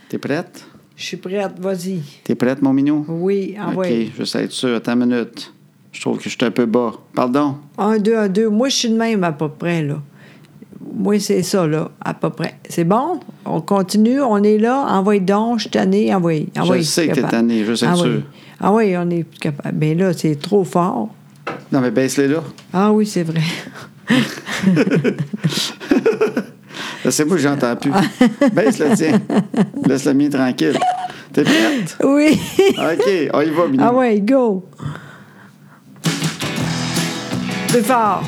T'es prête? Je suis prête, vas-y. T'es prête, mon minou? Oui, envoie. OK, je sais être sûr. Attends une minute. Je trouve que je suis un peu bas. Pardon? 1, 2, 1, 2. Moi, je suis de même à peu près, là. Moi, c'est ça, là, à peu près. C'est bon? On continue, on est là. Envoie donc, je suis tannée. Envoie. Je sais que t'es tanné, je sais être sûr. Ah oui, on est plus capable. Bien là, c'est trop fort. Non, mais baisse-les là. Ah oui, c'est vrai. C'est moi que j'entends plus. Baisse le tien. Laisse le mien tranquille. T'es prête? Oui. OK, on y va, Minou. Ah ouais, go. Plus fort.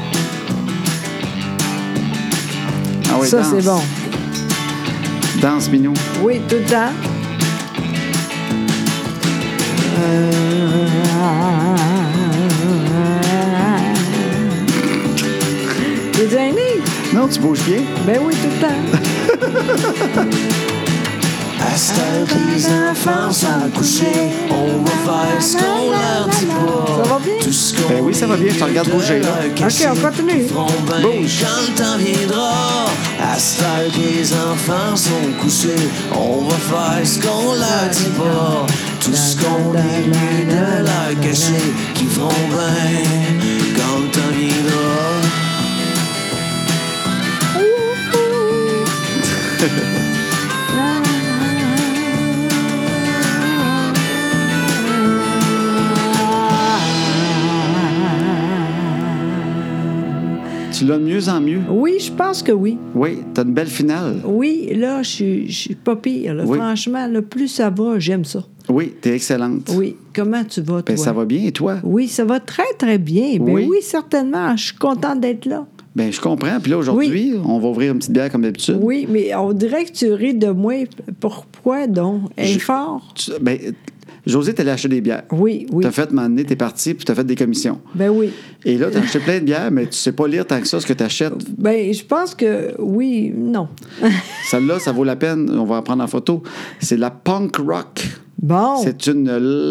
Ah ouais, Ça, danse. c'est bon. Danse, Minou. Oui, tout le temps. T'es gêné? Non, tu bouges bien. Ben oui, tout le temps. À cette heure que les enfants sont couchés, on va faire ce qu'on leur dit pas. Ça va bien? Tout ce qu'on Ben oui, ça va bien, je te regarde bouger, là. OK, on continue. Bouge. Quand le temps viendra, à cette heure que les enfants sont couchés, on va faire ce qu'on leur dit pas. Tout ce qu'on est mieux de leur cacher, qui feront bien quand le temps viendra. Tu l'as de mieux en mieux. Oui, je pense que oui. Oui, t'as une belle finale. Oui, là, je suis pas pire. Là. Oui. Franchement, là, plus ça va, j'aime ça. Oui, t'es excellente. Oui. Comment tu vas, toi? Ben, ça va bien, et toi? Oui, ça va très, très bien. Ben Oui. oui, certainement. Je suis contente d'être là. Ben, je comprends. Puis là, aujourd'hui, on va ouvrir une petite bière comme d'habitude. Oui, mais on dirait que tu ris de moi. Pourquoi donc? Elle est fort? Ben, Josée, t'allais acheter des bières. Oui, oui. T'as fait, un moment donné, t'es parti, puis t'as fait des commissions. Ben oui. Et là, t'as acheté plein de bières, mais tu sais pas lire tant que ça ce que t'achètes. Ben, je pense que oui, non. Celle-là, ça vaut la peine. On va en prendre en photo. C'est la Punk Rock. Bon, C'est une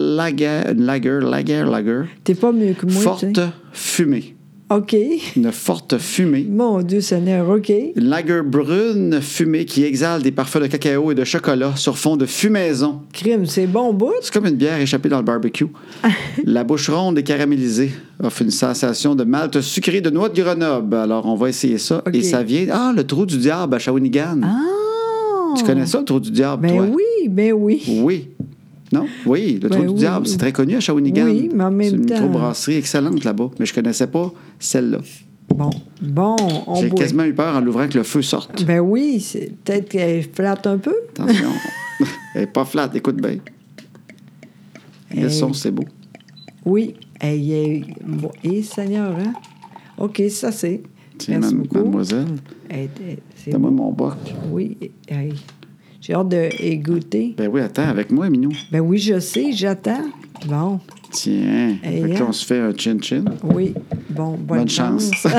lager t'es pas mieux que moi, forte tu sais. fumée. OK. Une forte fumée. Mon Dieu Seigneur, OK. Une lager brune fumée qui exhale des parfums de cacao et de chocolat sur fond de fumaison. Crime, c'est bon bout. C'est comme une bière échappée dans le barbecue. La bouche ronde et caramélisée offre une sensation de malt sucré de noix de Grenoble. Alors, on va essayer ça. OK. Et ça vient... Ah, le trou du diable à Shawinigan. Ah! Tu connais ça, le trou du diable, Ben toi? oui, ben oui. Oui. Non? Oui, le Ben trou du oui. diable, c'est très connu à Shawinigan. Oui, mais en même c'est une temps- microbrasserie excellente là-bas. Mais je connaissais pas celle-là. Bon, on J'ai boit. quasiment eu peur en l'ouvrant que le feu sorte. Ben oui, c'est peut-être qu'elle flatte un peu. Attention. Elle n'est pas flat, écoute bien. Le Hey. son, c'est beau. Oui. Elle est... Bon, et Seigneur, hein? OK, ça c'est. Tiens, Merci beaucoup. mademoiselle, C'est donne-moi beau. mon boc. Oui. Hey. J'ai hâte de y goûter. Ben oui, attends, avec moi, Minou. Ben oui, je sais, j'attends. Bon, Tiens. Hey, Fait que là, hein? on se fait un chin-chin. oui. Bon, bonne chance. chance.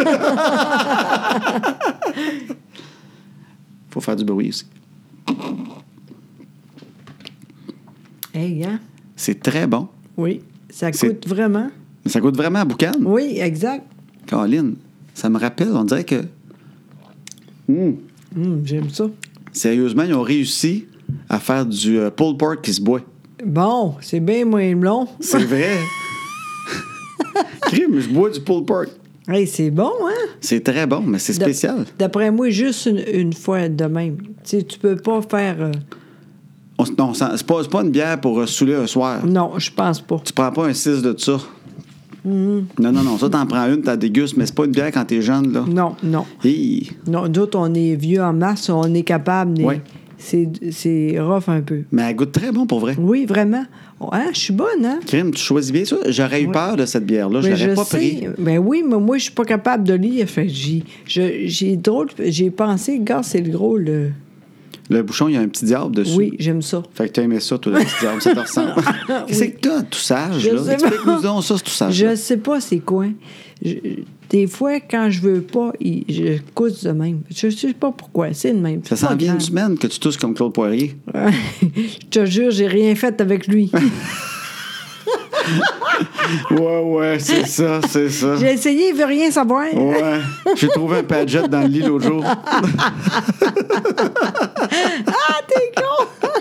Faut faire du bruit aussi. Hey, hein? C'est très bon. Oui. Ça C'est- coûte vraiment. Ça coûte vraiment à boucan. Oui, exact. Caroline, ça me rappelle, on dirait que... J'aime ça. Sérieusement, ils ont réussi à faire du pulled pork qui se boit. Bon, c'est bien moins long. C'est vrai. Crime, je bois du pulled pork. Hey, c'est bon, hein? C'est très bon, mais c'est spécial. D'après moi, juste une fois de même. Tu sais, tu peux pas faire... Non, c'est pas une bière pour saouler un soir. Non, je pense pas. Tu prends pas un 6 de ça. Mm-hmm. Non. Ça, t'en prends une, t'as dégustes, mais c'est pas une bière quand t'es jeune, là. Non. Hi. Non, d'autres, on est vieux en masse, on est capable. Mais Ouais. c'est rough un peu. Mais elle goûte très bon, pour vrai. Oui, vraiment. Hein, je suis bonne, hein? Crime, tu choisis bien ça. J'aurais eu peur de cette bière-là. Je Mais l'aurais pas sais. pris. Ben oui, mais moi, je suis pas capable de lire. Fait que j'ai pensé, gars, c'est le gros, le... Le bouchon, il y a un petit diable dessus. Oui, j'aime ça. Fait que t'as aimé ça, toi, le petit diable. Ça te ressemble. Qu'est-ce que t'as, tout sage, Je là? sais pas. Explique-nous donc ça, ce tout sage. Je sais pas c'est quoi. Des fois, quand je veux pas, je cousse de même. Je sais pas pourquoi. C'est de même. Ça C'est pas s'en vient une grave. semaine que tu tousses comme Claude Poirier. Je te jure, j'ai rien fait avec lui. Ouais, c'est ça. J'ai essayé, il veut rien savoir. Ouais. J'ai trouvé un Padgett dans le lit l'autre jour. Ah, t'es con!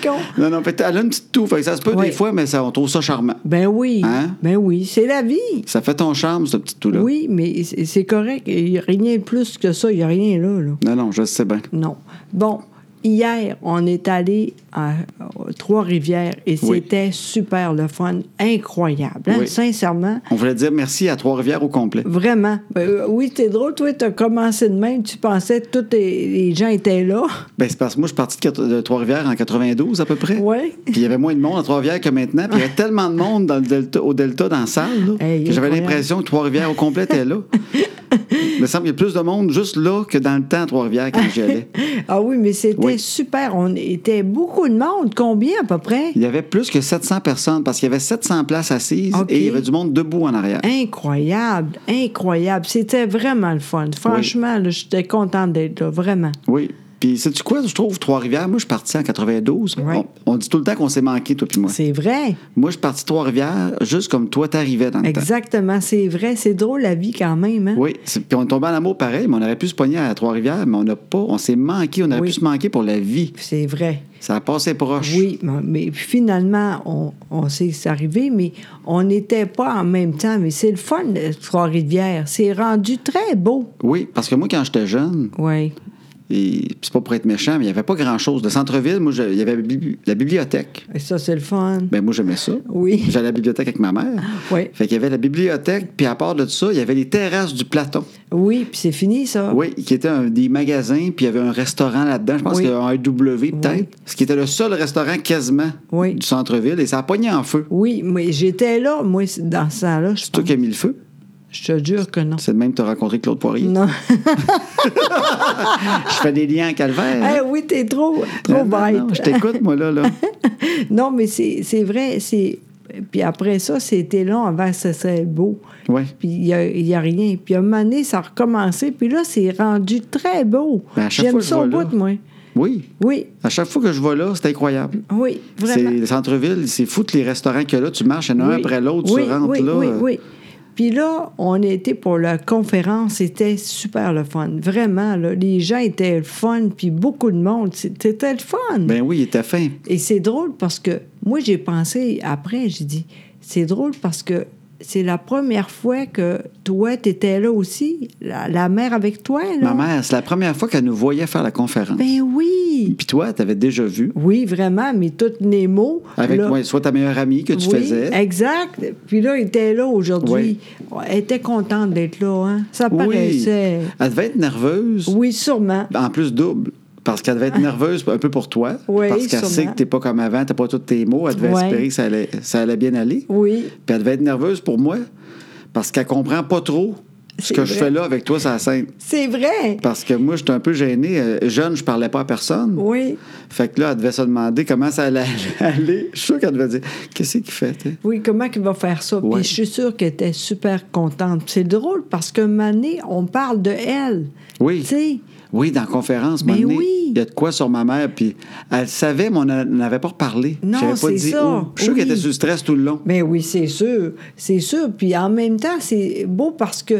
con. Non, fait, elle a une petite toux. Fait que ça se peut Oui. des fois, mais on trouve ça charmant. Ben oui. Hein? Ben oui, c'est la vie. Ça fait ton charme, ce petit tout-là. Oui, mais c'est correct. Il n'y a rien de plus que ça. Il n'y a rien là. Non, je sais bien. Non. Bon, hier, on est allé à Trois-Rivières et Oui. c'était super le fun. Incroyable. Hein? Oui. Sincèrement. On voulait dire merci à Trois-Rivières au complet. Vraiment. Oui, c'est drôle. Toi, tu as commencé de même. Tu pensais que tous les gens étaient là. Ben, c'est parce que moi, je suis parti de Trois-Rivières en 92 à peu près. Oui. Puis il y avait moins de monde à Trois-Rivières que maintenant. Puis il y avait tellement de monde au Delta dans la salle là, Hey, que j'avais incroyable. l'impression que Trois-Rivières au complet était là. Il me semble qu'il y a plus de monde juste là que dans le temps à Trois-Rivières quand j'y allais. Ah oui, mais c'était Oui. super. On était beaucoup de monde. Combien à peu près? Il y avait plus que 700 personnes parce qu'il y avait 700 places assises OK. et il y avait du monde debout en arrière. Incroyable, incroyable. C'était vraiment le fun. Franchement, là, j'étais contente d'être là, vraiment. Oui. Puis, sais-tu quoi, je trouve, Trois-Rivières, moi, je suis parti en 92. Ouais. On dit tout le temps qu'on s'est manqué, toi puis moi. C'est vrai. Moi, je suis parti de Trois-Rivières juste comme toi, t'arrivais dans le temps. Exactement, c'est vrai. C'est drôle la vie quand même. Hein? Oui. Puis, on est tombé en amour pareil, mais on aurait pu se pogner à Trois-Rivières, mais on n'a pas. On s'est manqué. On aurait Oui. pu se manquer pour la vie. C'est vrai. Ça a passé proche. Oui, mais finalement, on s'est arrivé, mais on n'était pas en même temps. Mais c'est le fun, Trois-Rivières. C'est rendu très beau. Oui, parce que moi, quand j'étais jeune, Oui. et puis c'est pas pour être méchant, mais il n'y avait pas grand-chose. De centre-ville, moi, il y avait la bibliothèque. Et ça, c'est le fun. Ben moi, j'aimais ça. Oui. J'allais à la bibliothèque avec ma mère. Oui. Fait qu'il y avait la bibliothèque, puis à part de ça, il y avait les terrasses du Platon. Oui, puis c'est fini, ça. Oui, qui était des magasins, puis il y avait un restaurant là-dedans. Je pense Oui. qu'il y avait un W peut-être. Oui. Ce qui était le seul restaurant quasiment Oui. du centre-ville. Et ça a pogné en feu. Oui, mais j'étais là, moi, dans ce temps-là. C'est toi qui as mis le feu. Je te jure que non. C'est de même que tu as rencontré Claude Poirier. Non. Je fais des liens en calvaire. Eh oui, t'es trop Non, bête. non, je t'écoute, moi, là. Non, mais c'est vrai. Puis après ça, c'était long avant que ce serait beau. Oui. Puis il y a rien. Puis à un moment donné, ça a recommencé. Puis là, c'est rendu très beau. Ben, à chaque J'aime fois que je ça au vais là. bout, moi. Oui. Oui, À chaque fois que je vais là, c'est incroyable. oui, C'est vraiment. le centre-ville, c'est fou tous les restaurants qu'il y a là. Tu marches, il y en a un Oui. après l'autre, Oui, tu rentres oui, là. Oui, oui. Puis là, on était pour la conférence. C'était super le fun. Vraiment, là, les gens étaient le fun, puis beaucoup de monde. C'était le fun. Ben oui, il était fin. Et c'est drôle parce que moi, j'ai pensé après, j'ai dit, c'est drôle parce que c'est la première fois que toi, tu étais là aussi, la mère avec toi. Là. Ma mère, c'est la première fois qu'elle nous voyait faire la conférence. Ben oui. Puis toi, tu avais déjà vu. Oui, vraiment, mais tous les mots. Avec là, moi, soit ta meilleure amie que tu oui, faisais. Exact. Puis là, elle était là aujourd'hui. Elle était contente d'être là. Hein? Ça Oui. paraissait. Elle devait être nerveuse. Oui, sûrement. En plus, double. Parce qu'elle devait être nerveuse un peu pour toi. Oui, parce qu'elle sûrement. sait que t'es pas comme avant, t'as pas tous tes mots. Elle devait Ouais. espérer que ça allait bien aller. Oui. Puis elle devait être nerveuse pour moi. Parce qu'elle comprend pas trop ce C'est que je vrai. fais là avec toi sur la scène. C'est vrai. Parce que moi, j'étais un peu gêné. Jeune, je parlais pas à personne. Oui. Fait que là, elle devait se demander comment ça allait aller. Je suis sûr qu'elle devait dire qu'est-ce qu'il fait, t'sais? Oui, comment il va faire ça? Ouais. Puis je suis sûre qu'elle était super contente. Puis c'est drôle parce que Mané, on parle de elle. Oui. Tu sais, Oui, dans la conférence, Ben moment donné, oui. il y a de quoi sur ma mère, puis elle savait, mais on n'avait pas reparlé. Non, J'avais pas c'est dit ça. où. Je suis sûr qu'elle Oui. était sous stress tout le long. mais oui, c'est sûr. C'est sûr. Puis en même temps, c'est beau parce que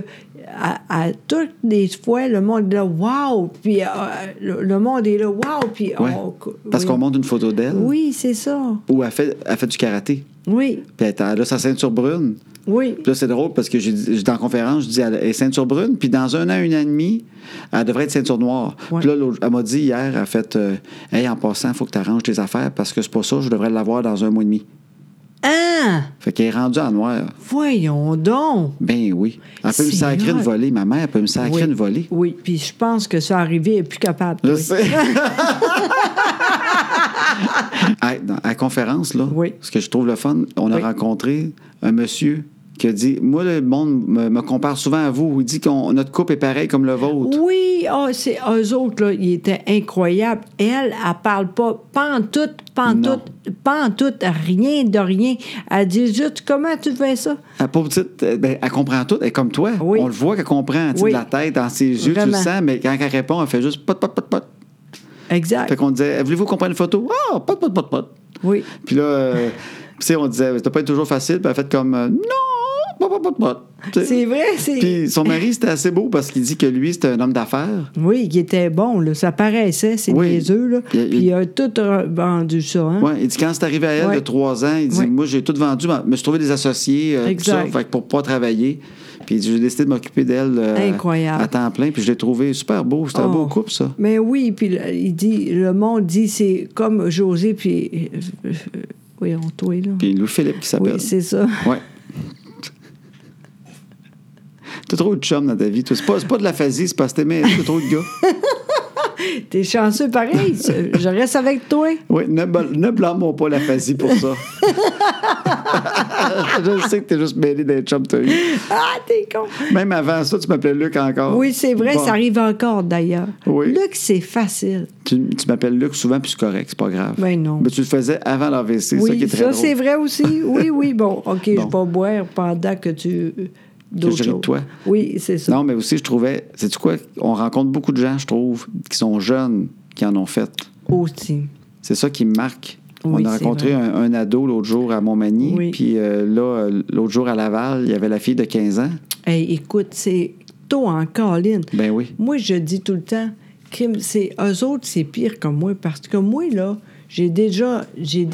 à toutes les fois, le monde est là, wow! Puis le monde est là, wow! Puis Ouais. Parce oui. qu'on montre une photo d'elle Oui, c'est ça. où elle fait du karaté. Oui, Puis elle a sa ceinture brune. oui. Puis là, c'est drôle parce que dans la conférence, je dis elle est ceinture brune, puis dans 1 an et demi, elle devrait être ceinture noire. Ouais. Puis là, elle m'a dit hier, elle a fait hey, en passant, il faut que tu arranges tes affaires parce que c'est pas ça, je devrais l'avoir dans 1 mois et demi. Ah! Fait qu'elle est rendue en noir. Voyons donc! Ben oui. Elle peut me C'est sacrer hot. une volée. Ma mère peut me sacrer Oui. une volée. Oui, puis je pense que ça arrivé, elle n'est plus capable. Je oui. sais. À la conférence, là, Oui. ce que je trouve le fun, on a Oui. rencontré un monsieur qui a dit moi, le monde me compare souvent à vous. Il dit que notre couple est pareil comme le vôtre. Oui, c'est eux autres, là, ils étaient incroyables. Elle parle pas pantoute, rien de rien. Elle dit juste, comment tu fais ça? La pauvre petite, elle comprend tout. Elle est comme toi. Oui. On le voit qu'elle comprend. Tu sais, Oui. de la tête, dans ses yeux, tu Vraiment. le sens, mais quand elle répond, elle fait juste pot. Exact. Fait qu'on disait voulez-vous qu'on prenne une photo? Ah, pot. Oui. Puis là, tu sais, on disait, ça doit pas être toujours facile. Puis elle a fait comme, non, C'est vrai, c'est... Puis son mari, c'était assez beau parce qu'il dit que lui, c'était un homme d'affaires. Oui, qui était bon, là. Ça paraissait, c'est Oui. niaiseux, là. Il- Puis il a tout vendu ça, hein? Ouais, il dit quand c'est arrivé à elle Ouais. de 3 ans, il dit Ouais. moi j'ai tout vendu, je me suis trouvé des associés, tout ça, Exact. fait que pour pas travailler. Puis il dit, j'ai décidé de m'occuper d'elle Incroyable. à temps plein, puis je l'ai trouvé super beau. C'était un beau couple, ça. Mais oui, puis il dit, le monde dit, c'est comme José, puis... voyons, toi, là. Puis Louis-Philippe qui s'appelle. Oui, c'est ça. Ouais. T'as trop de chum dans ta vie. Toi. C'est pas de la phasie, c'est parce que t'as trop de gars. T'es chanceux pareil. Je reste avec toi. Oui, ne blâme-moi pas la phasie pour ça. Je sais que t'es juste mêlé des chums que t'as eu. Ah, t'es con. Même avant ça, tu m'appelais Luc encore. Oui, c'est vrai, Bon. ça arrive encore, d'ailleurs. Oui. Luc, c'est facile. Tu m'appelles Luc souvent, puis c'est correct, c'est pas grave. Ben non. Mais tu le faisais avant l'AVC, c'est ça qui Oui, est très ça, drôle. c'est vrai aussi. Oui, oui, bon, OK, je vais pas boire pendant que tu... d'autres je ris de choses. toi. Oui, c'est ça. Non, mais aussi, je trouvais, sais-tu quoi, on rencontre beaucoup de gens, je trouve, qui sont jeunes, qui en ont fait. Aussi. C'est ça qui me marque. Oui, on a c'est rencontré vrai. un ado l'autre jour à Montmagny, Oui. puis là, l'autre jour à Laval, il y avait la fille de 15 ans. Hey, écoute, c'est tôt en colline. Ben oui. Moi, je dis tout le temps, crime, c'est eux autres, c'est pire que moi, parce que moi, là, j'ai déjà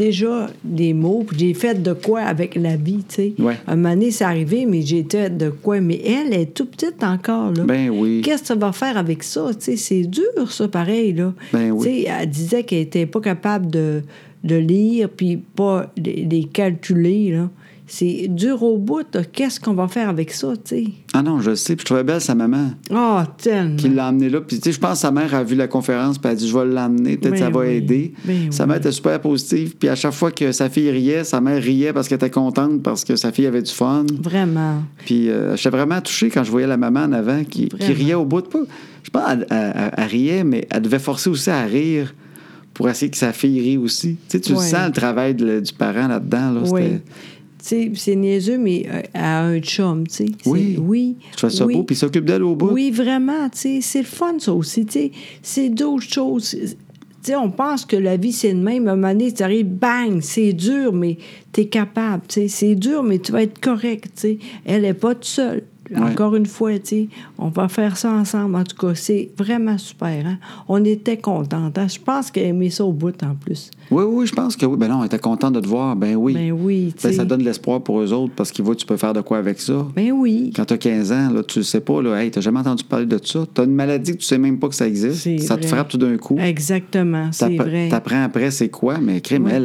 des mots, puis j'ai fait de quoi avec la vie, tu sais. Ouais. Un moment donné, c'est arrivé, mais j'ai fait de quoi. Mais elle est tout petite encore, là. Ben oui. Qu'est-ce que ça va faire avec ça? Tu sais, c'est dur, ça, pareil, là. Ben oui. Tu sais, elle disait qu'elle était pas capable de lire, puis pas les calculer, là. C'est dur au bout, là. Qu'est-ce qu'on va faire avec ça, tu sais? Ah non, je sais, puis je trouvais belle sa maman Ah, tellement. qui l'a emmené là. Puis tu sais, je pense que sa mère a vu la conférence, puis elle a dit, je vais l'emmener, peut-être Ben ça va oui. aider. Ben Sa oui. mère était super positive, puis à chaque fois que sa fille riait, sa mère riait parce qu'elle était contente, parce que sa fille avait du fun. Vraiment. Puis j'étais vraiment touché quand je voyais la maman en avant qui Vraiment. riait au bout de pas. Je pense qu'elle riait, mais elle devait forcer aussi à rire pour essayer que sa fille rie aussi. Tu sais, tu le Ouais. sens, le travail du parent là-dedans. Là, Oui. c'était- Tu sais, c'est niaiseux, mais elle a un chum, tu sais. Oui. Oui. Je trouve ça oui. beau, puis il s'occupe d'elle au bout. Oui, vraiment, tu sais. C'est le fun, ça aussi, tu sais. C'est d'autres choses. Tu sais, on pense que la vie, c'est le même. À un moment donné, tu arrives, bang, c'est dur, mais tu es capable, tu sais. C'est dur, mais tu vas être correct, tu sais. Elle n'est pas toute seule. Ouais. Encore une fois, tu sais, on va faire ça ensemble. En tout cas, c'est vraiment super, hein? On était contentes, hein? Je pense qu'elle aimait ça au bout, en plus. Oui, je pense que oui. Ben non, elle était contente de te voir. Ben oui. Ben oui, tu Ben, sais. ça donne de l'espoir pour eux autres parce qu'ils voient que tu peux faire de quoi avec ça. Ben oui. Quand tu as 15 ans, là, tu le sais pas, là, hey, tu n'as jamais entendu parler de ça. Tu as une maladie que tu sais même pas que ça existe. C'est Ça te vrai. frappe tout d'un coup. Exactement, c'est vrai. T'apprends après c'est quoi, mais crime, Ouais.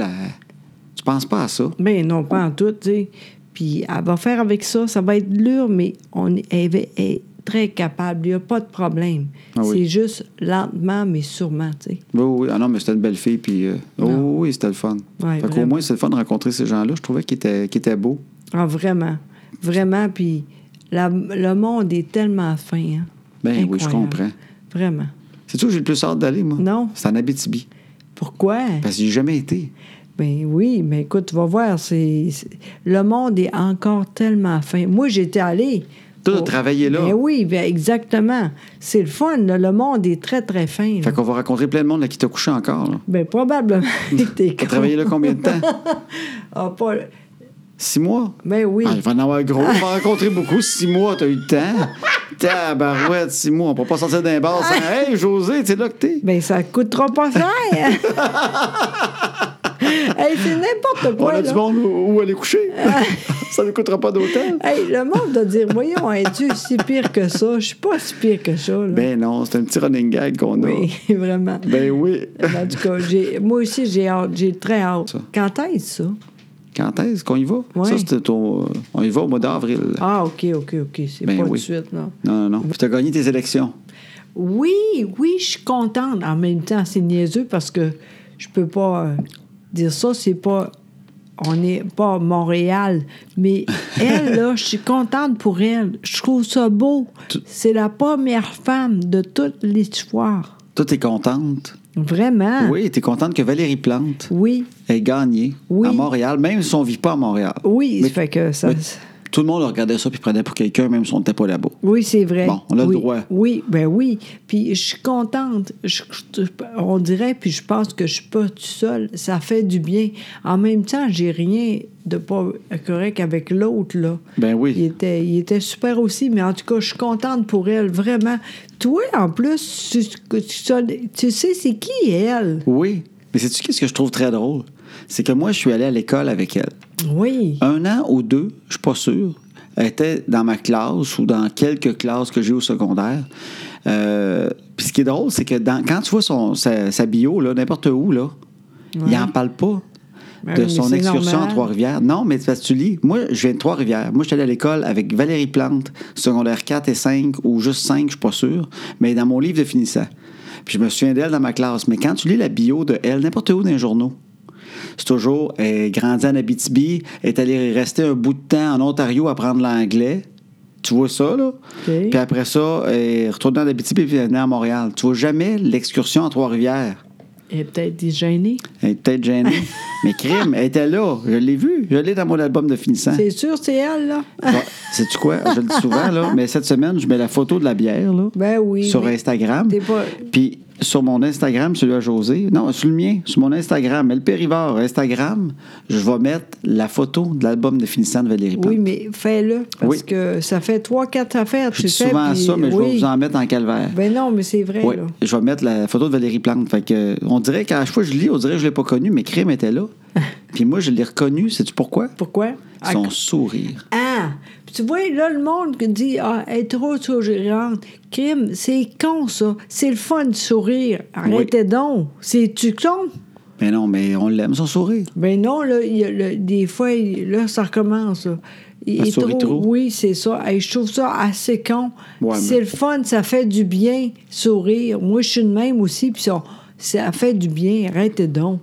tu penses pas à ça. Ben non, pas en tout, tu sais. Puis elle va faire avec ça, ça va être dur, mais elle est très capable, il n'y a pas de problème. Ah oui. C'est juste lentement, mais sûrement, tu sais. Oui. Ah non, mais c'était une belle fille, puis... Non. oui, c'était le fun. Ouais, Fait qu'au vraiment. moins, c'est le fun de rencontrer ces gens-là. Je trouvais qu'ils étaient beaux. Ah, vraiment. Vraiment, puis le monde est tellement fin, hein. Ben oui, je Incroyable. comprends. Vraiment. C'est sûr que j'ai le plus hâte d'aller, moi. Non. C'est en Abitibi. Pourquoi? Parce que j'y ai jamais été. Ben oui, mais écoute, tu vas voir, le monde est encore tellement fin. Moi, j'étais allée. Toi, t'as travaillé là. Ben oui, ben exactement. C'est le fun, là. Le monde est très, très fin. là. Fait qu'on va rencontrer plein de monde là, qui t'a couché encore. Là. Ben probablement. T'es T'as con. travaillé là combien de temps? Ah, pas... 6 mois? Ben oui. Ah, il va en avoir gros. On va rencontrer beaucoup. 6 mois, t'as eu le temps. Tabarouette, 6 mois. On peut pas sortir d'un bar sans... Hey, José, c'est là que t'es. Ben ça coûtera pas cher. Hey, c'est n'importe On quoi, a là. du monde où aller coucher. Ça ne coûtera pas d'hôtel. Hey, le monde doit dire, voyons, es-tu si pire que ça? Je suis pas si pire que ça, là. Ben non, c'est un petit running gag qu'on a. Oui, vraiment. Ben oui. En tout cas, moi aussi, j'ai hâte. J'ai très hâte. Ça. Quand est-ce, ça? Quand est-ce qu'on y va? Ouais. Ça, c'était on y va au mois d'avril. Ah, OK. C'est Ben pas oui. tout de suite, là. Non. Puis t'as gagné tes élections. Oui, je suis contente. En même temps, c'est niaiseux parce que je peux pas dire ça. C'est pas... On n'est pas à Montréal. Mais elle, là, je suis contente pour elle. Je trouve ça beau. C'est la première femme de toute l'histoire. Toi, t'es contente. Vraiment. Oui, t'es contente que Valérie Plante Oui. ait gagné Oui. à Montréal, même si on ne vit pas à Montréal. Oui, Mais- ça fait que ça... mais tout le monde regardait ça puis prenait pour quelqu'un, même si on n'était pas là-bas. Oui, c'est vrai. Bon, on a le oui, droit. Oui, ben oui. Puis je suis contente. On dirait, puis je pense que je suis pas tout seul. Ça fait du bien. En même temps, j'ai rien de pas correct avec l'autre, là. Ben oui. Il était super aussi, mais en tout cas, je suis contente pour elle, vraiment. Toi, en plus, tu sais c'est qui, elle? Oui. Mais sais-tu qu'est-ce que je trouve très drôle? C'est que moi, je suis allé à l'école avec elle. Oui. 1 an ou 2, je suis pas sûr. Elle était dans ma classe ou dans quelques classes que j'ai au secondaire. Puis ce qui est drôle, c'est que quand tu vois sa bio, là, n'importe où, là, il n'en parle pas de son excursion à Trois-Rivières. Non, mais parce que tu lis. Moi, je viens de Trois-Rivières. Moi, je suis allé à l'école avec Valérie Plante, secondaire 4 et 5, ou juste 5, je suis pas sûr, mais dans mon livre de finissant. Puis je me souviens d'elle dans ma classe. Mais quand tu lis la bio de elle, n'importe où dans les journaux, c'est toujours, elle grandit en Abitibi, elle est allée rester un bout de temps en Ontario à apprendre l'anglais. Tu vois ça, là? Okay. Puis après ça, elle est retournée en Abitibi et elle est venue à Montréal. Tu vois jamais l'excursion à Trois-Rivières. Elle est peut-être gênée. Elle est peut-être gênée. Mais crime, elle était là. Je l'ai vue. Je l'ai dans mon album de finissant. C'est sûr, c'est elle, là. Sais-tu quoi? Je le dis souvent, là. Mais cette semaine, je mets la photo de la bière, là. Ben oui. Sur Instagram. Pas... Puis sur mon Instagram, celui à José. Non, sur le mien, sur mon Instagram. Elle Périvard, Instagram, je vais mettre la photo de l'album de finissant de Valérie Plante. Oui, mais fais-le. Parce que ça fait 3-4 affaires. Je dis souvent ça, mais je vais vous en mettre en calvaire. Ben non, mais c'est vrai. Oui, là. je vais mettre la photo de Valérie Plante. Fait que, on dirait qu'à chaque fois que je lis, on dirait que je ne l'ai pas connue, mais Crime était là. Puis moi, je l'ai reconnue. Sais-tu pourquoi? Pourquoi? Son sourire. Ah! Puis tu vois, là, le monde qui dit « Ah, elle est trop souriante. » Crime, c'est con, ça. C'est le fun de sourire. Arrêtez donc. C'est-tu con? Mais non, mais on l'aime, son sourire. Ben non, là, des fois, là, ça recommence, là. Elle sourit trop. Oui, c'est ça. Hey, je trouve ça assez con. Ouais, c'est le fun, ça fait du bien, sourire. Moi, je suis de même aussi, puis ça fait du bien. Arrêtez donc.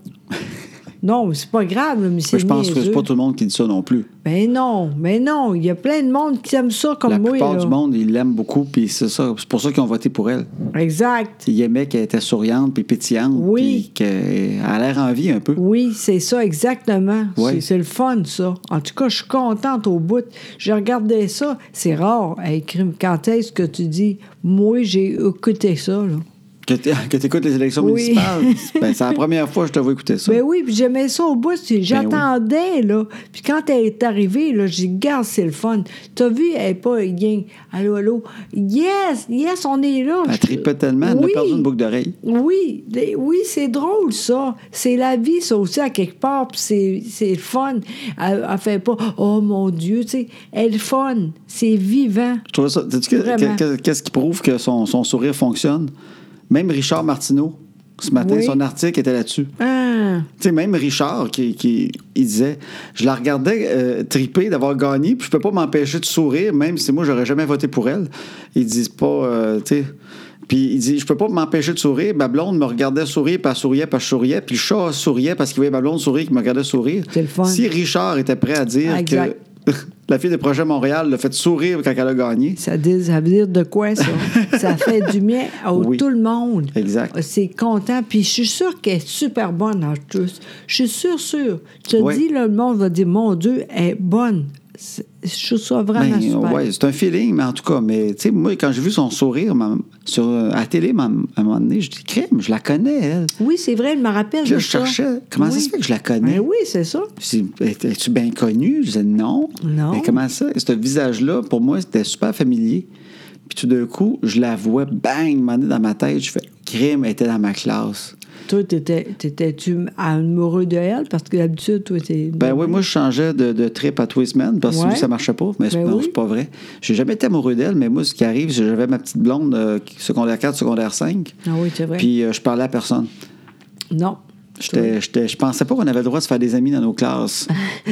Non, mais c'est pas grave, là, mais c'est je pense que c'est pas tout le monde qui dit ça non plus. Ben non, mais non. Il y a plein de monde qui aime ça comme moi. La plupart là. du monde, ils l'aiment beaucoup, puis c'est ça. C'est pour ça qu'ils ont voté pour elle. Exact. Ils aimaient qu'elle était souriante puis pétillante, oui. Puis qu'elle a l'air en vie un peu. Oui, c'est ça, exactement. Oui. C'est le fun, ça. En tout cas, je suis contente au bout. Je regardais ça. C'est rare. Hey, quand est-ce que tu dis, moi, j'ai écouté ça, là? Que tu écoutes les élections municipales, ben, c'est la première fois que je te vois écouter ça. Ben oui, puis j'aimais ça au bout. J'attendais, là. Puis quand elle est arrivée, là, j'ai dit, regarde, c'est le fun. T'as vu, elle n'est pas bien. Allô, allô. Yes, on est là. Elle tripait tellement, elle a perdu une boucle d'oreille. Oui, c'est drôle, ça. C'est la vie, ça aussi, à quelque part. Puis c'est le fun. Elle fait pas, oh mon Dieu, tu sais. Elle est fun. C'est vivant. Je trouve ça. Sais-tu qu'est-ce qui prouve que son sourire fonctionne? Même Richard Martineau, ce matin, son article était là-dessus. Ah. Tu sais, même Richard, il disait, je la regardais triper d'avoir gagné, puis je peux pas m'empêcher de sourire, même si moi, j'aurais jamais voté pour elle. Ils disent pas, tu sais... Puis il dit, je peux pas m'empêcher de sourire. Ma blonde me regardait sourire, puis elle souriait, puis je souriais. Puis le chat souriait parce qu'il voyait ma blonde sourire, qui me regardait sourire. C'est le fun. Si Richard était prêt à dire que la fille de Projet Montréal l'a fait sourire quand elle a gagné. Ça veut dire de quoi, ça? Ça fait du bien à tout le monde. Exact. C'est content. Puis je suis sûre qu'elle est super bonne en tous. Je suis sûre. Tu te dis, là, le monde va dire, mon Dieu, elle est bonne. Je trouve ça vraiment super. Oui, c'est un feeling, mais en tout cas, mais tu sais, moi, quand j'ai vu son sourire à la télé, à un moment donné, je dis, crème, je la connais, elle. Oui, c'est vrai, elle me rappelle. Puis là, je cherchais, comment ça se fait que je la connais? Ben oui, c'est ça. Es-tu bien connue? Je disais, non. Mais comment ça? Ce visage-là, pour moi, c'était super familier. Puis tout d'un coup, je la vois, bang, m'en est dans ma tête. Je fais, crème, elle était dans ma classe. Toi, t'étais-tu amoureux de elle? Parce que d'habitude, toi, t'es... Ben oui, moi, je changeais de trip à tous les semaines parce que ça marchait pas. Mais c'est pas vrai. J'ai jamais été amoureux d'elle, mais moi, ce qui arrive, c'est que j'avais ma petite blonde secondaire 4, secondaire 5. Ah oui, c'est vrai. Puis je parlais à personne. Non. Je pensais pas qu'on avait le droit de se faire des amis dans nos classes.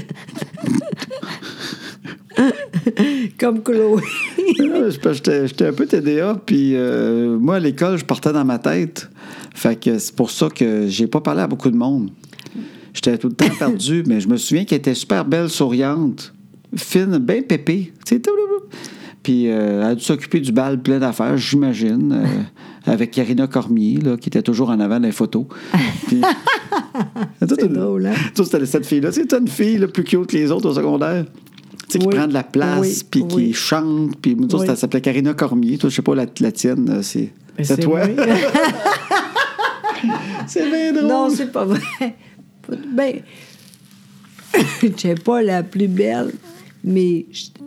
Comme Chloé. J'étais un peu TDA, puis moi, à l'école, je partais dans ma tête. Fait que c'est pour ça que j'ai pas parlé à beaucoup de monde. J'étais tout le temps perdu, mais je me souviens qu'elle était super belle, souriante, fine, bien pépée. Puis elle a dû s'occuper du bal plein d'affaires, j'imagine, avec Karina Cormier, là, qui était toujours en avant dans les photos. Puis, c'est drôle, hein? Toi, c'était cette fille-là. Tu sais, t'as une fille là, plus cute que les autres au secondaire. sais, qui Oui. prend de la place, Oui. puis qui Oui. chante. Puis nous autres, Oui. ça s'appelait Karina Cormier. Toi, je sais pas, la tienne, c'est... Mais C'est toi? vrai. C'est bien drôle. Non, c'est pas vrai. Ben, j'ai pas la plus belle, mais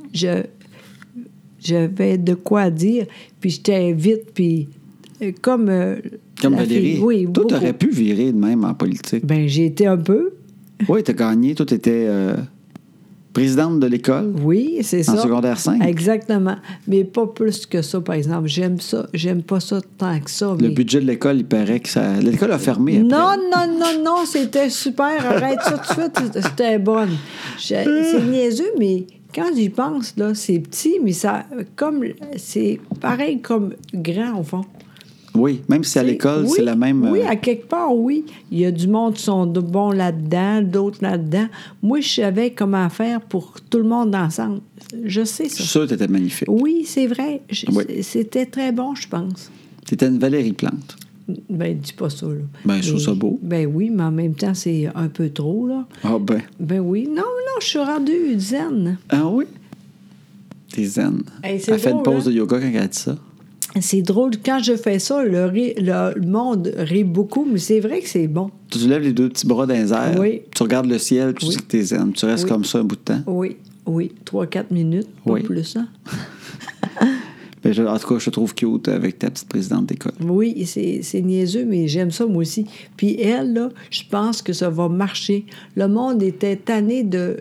j'avais de quoi dire, puis j'étais vite, puis comme... Comme la Valérie. fille, oui, Toi, beaucoup. t'aurais pu virer de même en politique. Ben, j'ai été un peu, Oui, t'as gagné. Toi, t'étais présidente de l'école oui, c'est ça. en secondaire 5. Exactement. Mais pas plus que ça, par exemple. J'aime ça. J'aime pas ça tant que ça. Le mais- budget de l'école, il paraît que ça... L'école a fermé après. Non, c'était super. Arrête ça tout de suite. C'était bonne. C'est niaiseux, mais quand j'y pense, là, c'est petit, mais ça, comme, c'est pareil comme grand, au fond. Oui, même si à l'école, Oui, c'est la même... Oui, à quelque part, oui. Il y a du monde qui sont bons là-dedans, d'autres là-dedans. Moi, je savais comment faire pour tout le monde ensemble. Je sais Je suis ça. sûr que t'étais magnifique. Oui, c'est vrai. Oui. C'était très bon, je pense. T'étais une Valérie Plante. Ben, dis pas ça, là. Ben, je trouve ça beau. Ben oui, mais en même temps, c'est un peu trop, là. Ah ben. Ben oui. Non, je suis rendue zen. Ah oui? T'es zen. Hey, c'est Elle fait une drôle, pause hein? de yoga quand elle a dit ça. C'est drôle. Quand je fais ça, le monde rit beaucoup, mais c'est vrai que c'est bon. Tu lèves les deux petits bras dans les airs, Oui. tu regardes le ciel, puis tu Oui. dis que t'es zen. Tu restes Oui. comme ça un bout de temps. Oui, 3-4 minutes, pas Oui. plus, hein? Ben, en tout cas, je te trouve cute avec ta petite présidente d'école. Oui, c'est niaiseux, mais j'aime ça, moi aussi. Puis elle, là, je pense que ça va marcher. Le monde était tanné de...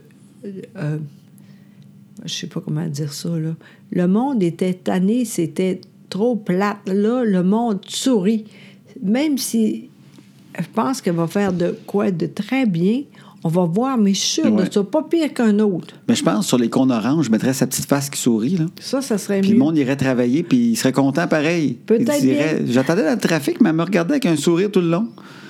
je sais pas comment dire ça, là. Le monde était tanné, c'était trop plate. Là, le monde sourit. Même si je pense qu'elle va faire de quoi de très bien, on va voir, mais je suis sûre Ouais. de ça, pas pire qu'un autre. Mais je pense sur les cônes oranges, je mettrais sa petite face qui sourit, là. Ça serait Puis mieux. le monde irait travailler, puis il serait content pareil. Peut-être Il dirait, bien. j'attendais dans le trafic, mais elle me regardait avec un sourire tout le long.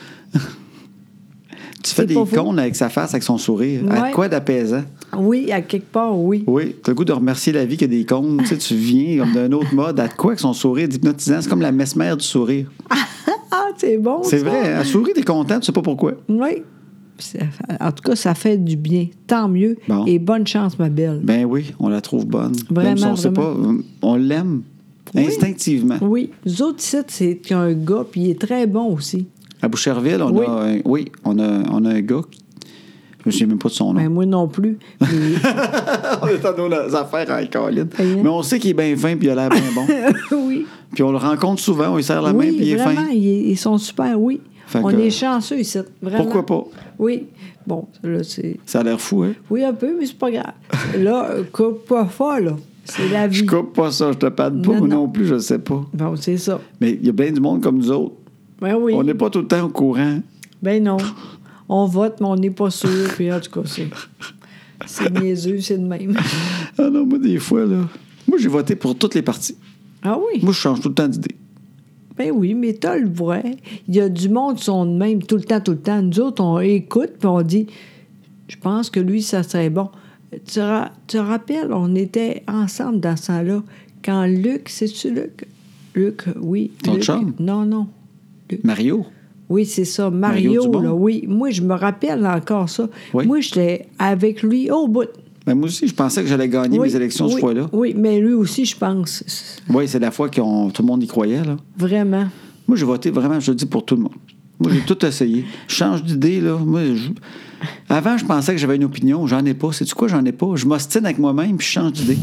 Tu fais C'est des pas faux. cônes avec sa face, avec son sourire. Elle a Ouais. de quoi d'apaisant? Oui, à quelque part, oui. Oui, tu as le goût de remercier la vie qu'il y a des cônes. Tu sais, tu viens comme d'un autre mode. À de quoi avec son sourire hypnotisant? C'est comme la mesmère du sourire. Ah, c'est bon, C'est ça. vrai, elle sourit, t'es content, tu sais pas pourquoi. Oui. En tout cas, ça fait du bien. Tant mieux. Bon. Et bonne chance, ma belle. Ben oui, on la trouve bonne. Vraiment, Même si on sait pas, vraiment. on l'aime Oui. instinctivement. Oui. Nous autres, ici, c'est un gars, puis il est très bon aussi. À Boucherville, on Oui. a on a un gars, je me souviens même pas de son nom. Ben, moi non plus. Mais- On est dans nos affaires en Caroline. Hein? Mais on sait qu'il est bien fin puis il a l'air bien bon. oui. Puis on le rencontre souvent, on lui serre la main Oui, puis il est vraiment, fin. ils sont super, oui. Fait On que- est chanceux ici, vraiment. Pourquoi pas? Oui. Bon, là, c'est... Ça a l'air fou, hein? Oui, un peu, mais c'est pas grave. Là, coupe pas fort, là. C'est la vie. Je coupe pas ça, je te pâte pas, Non, moi non. non plus, je sais pas. Bon, c'est ça. Mais il y a bien du monde comme nous autres. Ben oui. On n'est pas tout le temps au courant. Ben non. On vote, mais on n'est pas sûr. Puis en tout cas, c'est niaiseux, c'est de même. Ah non, moi, des fois, là. Moi, j'ai voté pour toutes les parties. Ah oui? Moi, je change tout le temps d'idée. Ben oui, mais t'as le vrai. Il y a du monde qui sont de même tout le temps. Nous autres, on écoute, puis on dit, je pense que lui, ça serait bon. Tu te rappelles, on était ensemble dans ce temps-là, quand Luc, c'est-tu Luc? Luc, oui. Ton Luc. chum? Non. Mario. Oui, c'est ça. Mario Mario, Dubon? là, oui. Moi, je me rappelle encore ça. Oui. Moi, j'étais avec lui au bout. Ben, moi aussi, je pensais que j'allais gagner Oui, mes élections oui, cette fois-là. Oui, mais lui aussi, je pense. Oui, c'est la fois que tout le monde y croyait, là. Vraiment. Moi, j'ai voté vraiment, je le dis, pour tout le monde. Moi, j'ai tout essayé. Je change d'idée, là. Moi, avant, je pensais que j'avais une opinion. J'en ai pas. Sais-tu quoi? J'en ai pas. Je m'ostine avec moi-même puis je change d'idée.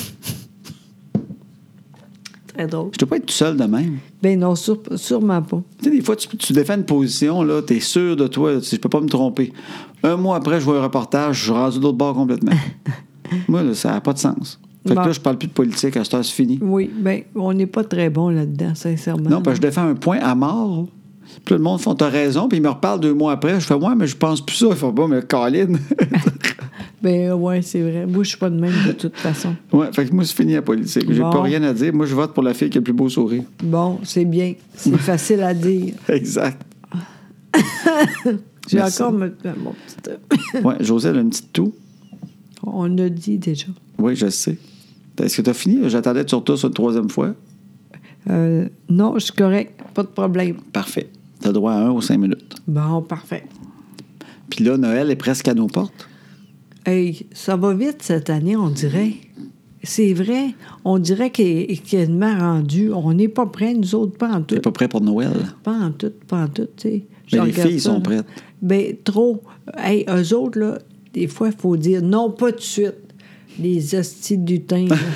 Très drôle. Je dois pas être tout seul de même. Ben non, sûrement pas. Tu sais, des fois, tu défends une position, là, t'es sûr de toi, je peux pas me tromper. Un mois après, je vois un reportage, je suis rendu de l'autre bord complètement. Moi, là, ça n'a pas de sens. Fait que Bon. là, je parle plus de politique, à cette heure, c'est fini. Oui, bien, on n'est pas très bon là-dedans, sincèrement. Non, parce que je défends un point à mort. Puis là, le monde font, t'as raison, puis ils me reparlent 2 mois après. Je fais, ouais, mais je pense plus ça. Ils font, bon, mais Colin. Ben oui, c'est vrai. Moi, je suis pas de même de toute façon. Ouais, fait que moi, c'est fini la politique. J'ai Bon. pas rien à dire. Moi, je vote pour la fille qui a le plus beau sourire. Bon, c'est bien. C'est facile à dire. Exact. J'ai Merci. encore mon petit... Ouais, José, elle a une petite toux. On a dit déjà. Oui, je sais. Est-ce que tu as fini? J'attendais que tu retournes une 3e fois. Non, je suis correct. Pas de problème. Parfait. Tu as droit à 1 aux 5 minutes. Bon, parfait. Puis là, Noël est presque à nos portes. Hey, ça va vite cette année, on dirait. C'est vrai. On dirait qu'il est quasiment rendu. On n'est pas prêts, nous autres, pas en tout. T'es pas prêt pour Noël? Pas en tout, tu sais. Mais les filles sont prêtes. Bien, trop. Hey, eux autres, là, des fois, il faut dire non, pas tout de suite. Les hosties du thym, là.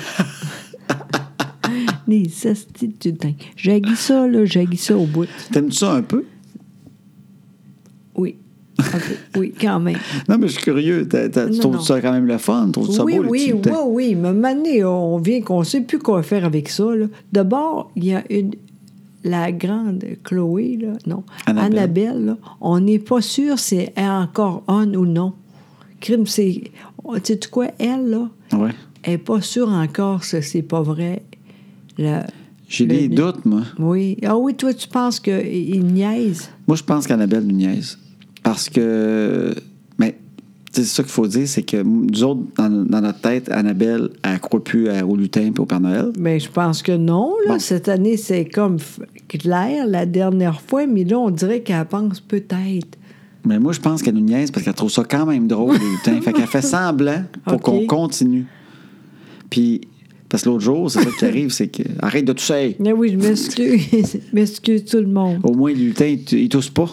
Les hosties du thym. J'haïs ça, là, j'haïs ça au bout. T'aimes-tu ça un peu? Oui. Un peu. Oui, quand même. Non, mais je suis curieux. Tu trouves ça quand même le fun? Trouves-tu ça beau, oui, les petits lutins? oui. Mais maintenant, on vient qu'on ne sait plus quoi faire avec ça. Là. D'abord, il y a la grande Chloé, là, non, Annabelle, là, on n'est pas sûr si elle est encore on ou non. Crime, c'est... Tu sais quoi, elle, là, Ouais. elle n'est pas sûre encore si c'est pas vrai. J'ai des doutes, moi. Oui. Ah oui, toi, tu penses qu'il niaise? Moi, je pense qu'Annabelle nous niaise. Parce que... Mais c'est ça qu'il faut dire, c'est que nous autres, dans notre tête, Annabelle, elle ne croit plus au lutin et au Père Noël. Bien, je pense que non. Là. Bon. Cette année, c'est comme clair la dernière fois, mais là, on dirait qu'elle pense peut-être. Mais moi, je pense qu'elle nous niaise parce qu'elle trouve ça quand même drôle, les lutins. Fait qu'elle fait semblant pour OK. qu'on continue. Puis, parce que l'autre jour, c'est ça qui arrive, c'est que... Arrête de tousser! Mais oui, je m'excuse. Je m'excuse tout le monde. Au moins, les lutins, ils toussent pas.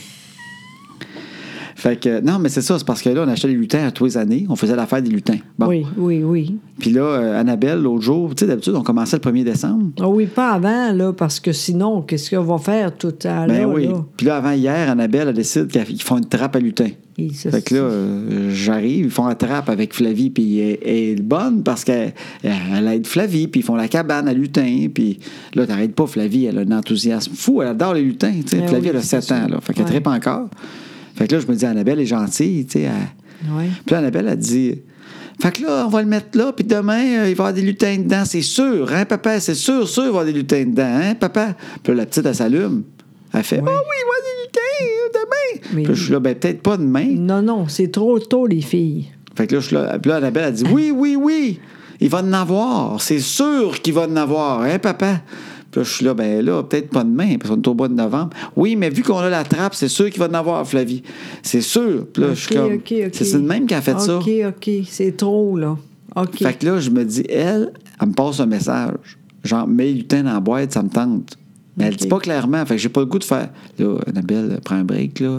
Fait que, non, mais c'est ça, c'est parce que là, on achetait des lutins à tous les années. On faisait l'affaire des lutins. Bon. Oui. Puis là, Annabelle, l'autre jour, tu sais, d'habitude, on commençait le 1er décembre. Ah oui, pas avant, là, parce que sinon, qu'est-ce qu'on va faire tout le temps, là? Ben oui. Là? Puis là, avant hier, Annabelle, elle décide qu'ils font une trappe à lutins. Fait que là, j'arrive, ils font la trappe avec Flavie, puis elle est bonne parce qu'elle aide Flavie, puis ils font la cabane à lutins, puis là, t'arrêtes pas, Flavie, elle a un enthousiasme fou, elle adore les lutins, tu sais. Ben Flavie, oui, elle a c'est 7 ans, ça. là, fait qu'elle Ouais. trippe encore. Fait que là, je me dis, Annabelle est gentille, tu sais. Oui. Puis là, Annabelle, elle dit, fait que là, on va le mettre là, puis demain, il va y avoir des lutins dedans, c'est sûr, hein, papa, c'est sûr, il va y avoir des lutins dedans, hein, papa. Puis là, la petite, elle s'allume. Elle fait, Ouais. oh oui, il va y avoir des lutins demain. Mais- Puis là, je suis là, ben peut-être pas demain. Non, c'est trop tôt, les filles. Fait que là, je suis là. Puis là, Annabelle a dit oui, il va en avoir. C'est sûr qu'il va en avoir, hein, papa? Puis là, je suis là, ben là, peut-être pas demain, parce qu'on est au mois de novembre. Oui, mais vu qu'on a la trappe, c'est sûr qu'il va en avoir, Flavie. C'est sûr. Puis là, je suis comme. OK. C'est le même qui a fait ça. OK, c'est trop, là. OK. Fait que là, je me dis, elle me passe un message. Genre, mets lutin dans la boîte, ça me tente. Mais elle OK. dit pas clairement. Fait que j'ai pas le goût de faire. Là, Annabelle, prends un break, là.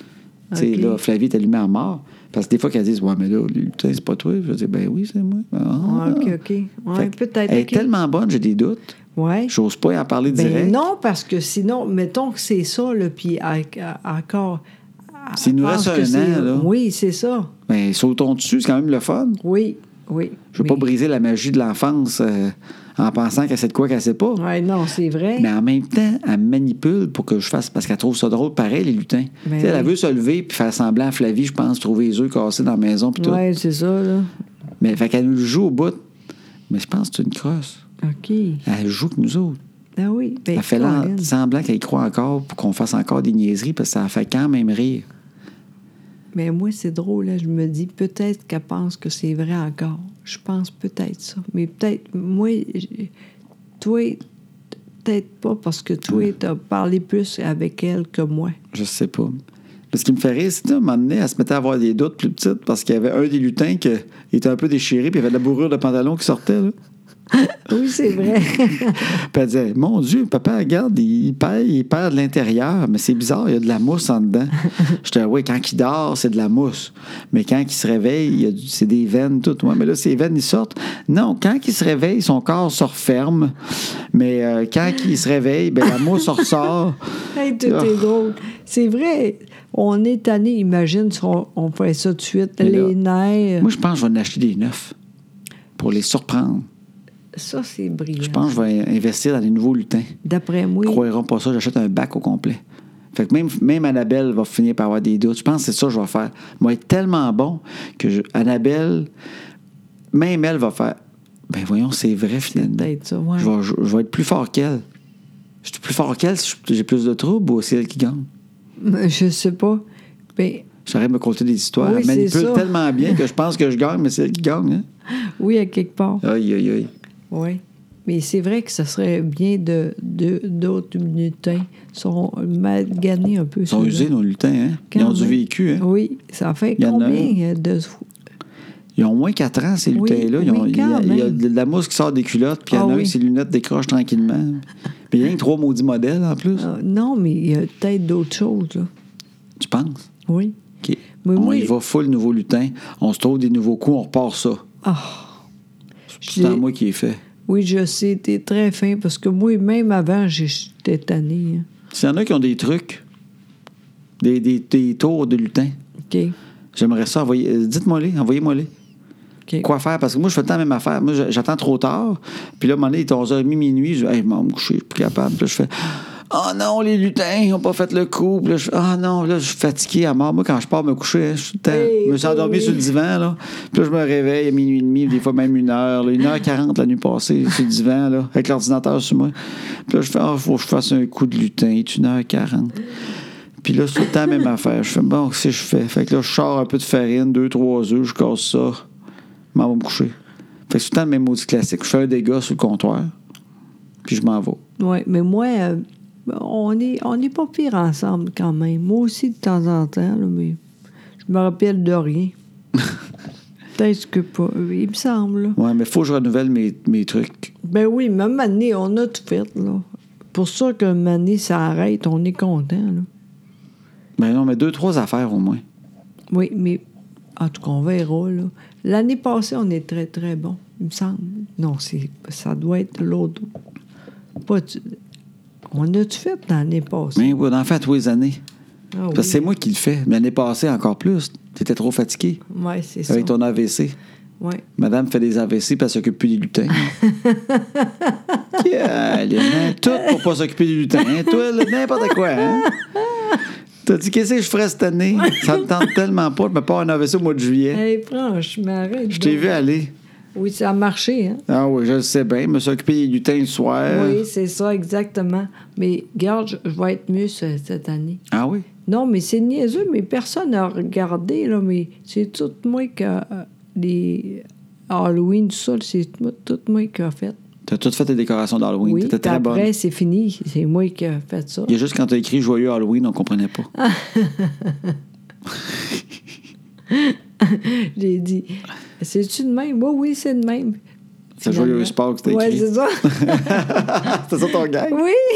Tu sais, OK. là, Flavie est allumée en mort. Parce que des fois qu'elles disent, ouais, mais là, le lutin, c'est pas toi. Je dis, ben oui, c'est moi. Ah. OK. Fait Ouais, que peut-être. Elle est OK. tellement bonne, j'ai des doutes. Ouais. J'ose pas y en parler direct. Ben non, parce que sinon, mettons que c'est ça, là, puis encore... S'il nous reste pense que un c'est- an, là. Oui, c'est ça. Ben, sautons dessus, c'est quand même le fun. Oui. Je veux Mais- pas briser la magie de l'enfance en pensant qu'elle sait de quoi qu'elle sait pas. Ouais, non, c'est vrai. Mais en même temps, elle me manipule pour que je fasse... Parce qu'elle trouve ça drôle, pareil, les lutins. Ben Tu sais, elle oui. veut se lever puis faire semblant à Flavie, je pense, trouver les œufs cassés dans la maison puis tout. Oui, c'est ça, là. Mais fait qu'elle nous le joue au bout. Mais je pense que c'est une crosse. OK. Elle joue que nous autres. Ah oui. Ben, Elle fait Colin. semblant qu'elle y croit encore pour qu'on fasse encore des niaiseries parce que ça fait quand même rire. Mais moi, c'est drôle, là. Je me dis peut-être qu'elle pense que c'est vrai encore. Je pense peut-être ça. Mais peut-être, moi, toi, peut-être pas, parce que toi, t'as parlé plus avec elle que moi. Je sais pas. Ce qui me fait rire, c'est qu'à un moment donné, elle se mettait à avoir des doutes plus petites parce qu'il y avait un des lutins qui était un peu déchiré puis il y avait de la bourrure de pantalon qui sortait, là. Oui, c'est vrai. Puis elle disait, mon Dieu, papa, regarde, il perd de l'intérieur, mais c'est bizarre, il y a de la mousse en dedans. Je te dis, oui, quand il dort, c'est de la mousse. Mais quand il se réveille, c'est des veines, tout. Ouais, mais là, ces veines, ils sortent. Non, quand il se réveille, son corps se referme. Mais quand il se réveille, ben, la mousse ressort. Hey, tout est drôle. C'est vrai. On est tanné, imagine si on fait ça tout de suite. Mais là, les nerfs. Moi, je pense que je vais en acheter des neufs pour les surprendre. Ça, c'est brillant. Je pense que je vais investir dans des nouveaux lutins. D'après moi. Ils ne croiront pas ça, j'achète un bac au complet. Fait que même Annabelle va finir par avoir des doutes. Je pense que c'est ça que je vais faire. Moi, être tellement bon que Annabelle, même elle va faire, ben voyons, c'est vrai finalement. Peut-être ça, ouais. Je vais être plus fort qu'elle. Je suis plus fort qu'elle si j'ai plus de troubles ou c'est elle qui gagne? Je sais pas. Ben, J'arrête de me conter des histoires. Oui, Elle manipule c'est ça. tellement bien que je pense que je gagne, mais c'est elle qui gagne. Hein? oui, à quelque part. Aïe, aïe, aïe. Oui. Mais c'est vrai que ça serait bien d'autres lutins. Ils sont mal gagnés un peu. Ils sont ceux-là. usés, nos lutins. Hein? Ils Quand ont du même. vécu. Hein? Oui, ça fait Il y en a combien de... Ils ont au moins 4 ans, ces Oui, lutins-là. oui, quand Il y a même. de la mousse qui sort des culottes, puis il y en a Ah un oui. qui ses lunettes décrochent tranquillement. Puis il y a rien que 3 maudits modèles, en plus. Non, mais il y a peut-être d'autres choses, là. Tu penses? Oui. OK. Mais On moi- y va full nouveau lutin. On se trouve des nouveaux coups, on repart ça. C'est à moi qui est fait. Oui, je sais, t'es très fin, parce que moi, même avant, j'étais tannée. Hein. S'il y en a qui ont des trucs, des tours de lutin, OK. j'aimerais ça. Dites-moi-les, envoyez-moi-les. OK. Quoi faire? Parce que moi, je fais le temps la même affaire. Moi, j'attends trop tard. Puis là, à un moment donné, il est 11h30, minuit. Je dis, hey, je m'en vais me coucher, je suis plus capable. Puis là, je fais, oh non, les lutins, ils n'ont pas fait le coup. Puis là, non, là, je suis fatigué à mort. Moi, quand je pars me coucher, hein, je me suis endormi sur le divan. Là. Puis là, je me réveille à minuit et demi, des fois même 1h. 1h40 la nuit passée sur le divan, là, avec l'ordinateur sur moi. Puis là, je fais, faut que je fasse un coup de lutin. Il est 1h40. Puis là, c'est tout le temps la même affaire. Je fais, bon, qu'est-ce que je fais? Fait que là, je sors un peu de farine, 2-3 œufs, je casse ça. Je m'en vais me coucher. Fait que c'est tout le temps le même maudit classique. Je fais un dégât sur le comptoir, puis je m'en vais. Oui, mais moi, on est pas pire ensemble quand même. Moi aussi, de temps en temps, là, mais je me rappelle de rien. Peut-être que pas. Il me semble, là. Ouais, mais il faut que je renouvelle mes trucs. Ben oui, même année, on a tout fait, là. Pour ça qu'une année, ça arrête, on est content, là. Ben non, mais 2-3 affaires au moins. Oui, mais en tout cas, on verra, là. L'année passée, on est très, très bon, il me semble. Non, ça doit être l'autre. On a-tu fait l'année passée? Mais oui, on en fait tous les années. Ah, Parce que c'est moi qui le fais. Mais l'année passée, encore plus. T'étais trop fatigué Oui, c'est ça. avec ton AVC. Oui. Madame fait des AVC puis elle s'occupe plus des lutins. Tout pour pas s'occuper des lutins. Hein? Toi, là, n'importe quoi. Hein? T'as dit, qu'est-ce que je ferais cette année? Ça me tente tellement pas. Je me pars un AVC au mois de juillet. Hey, franchement, arrête. Je t'ai donc. vu aller. Oui, ça a marché, hein? Ah oui, je le sais bien. Je me suis occupé des lutins le soir. Oui, c'est ça, exactement. Mais, regarde, je vais être mieux cette année. Ah oui? Non, mais c'est niaiseux, mais personne n'a regardé, là, mais c'est tout moi qui les Halloween, tout ça, c'est tout moi qui a fait. T'as tout fait tes décorations d'Halloween. Oui, T'étais puis très bonne. après, c'est fini. C'est moi qui a fait ça. Il y a juste quand t'as écrit Joyeux Halloween, on comprenait pas. J'ai dit, c'est-tu de même? Oui, oui, c'est de même. C'est Joyeux Sport que t'as Oui, écrit. c'est ça. C'était ça ton gag? Oui!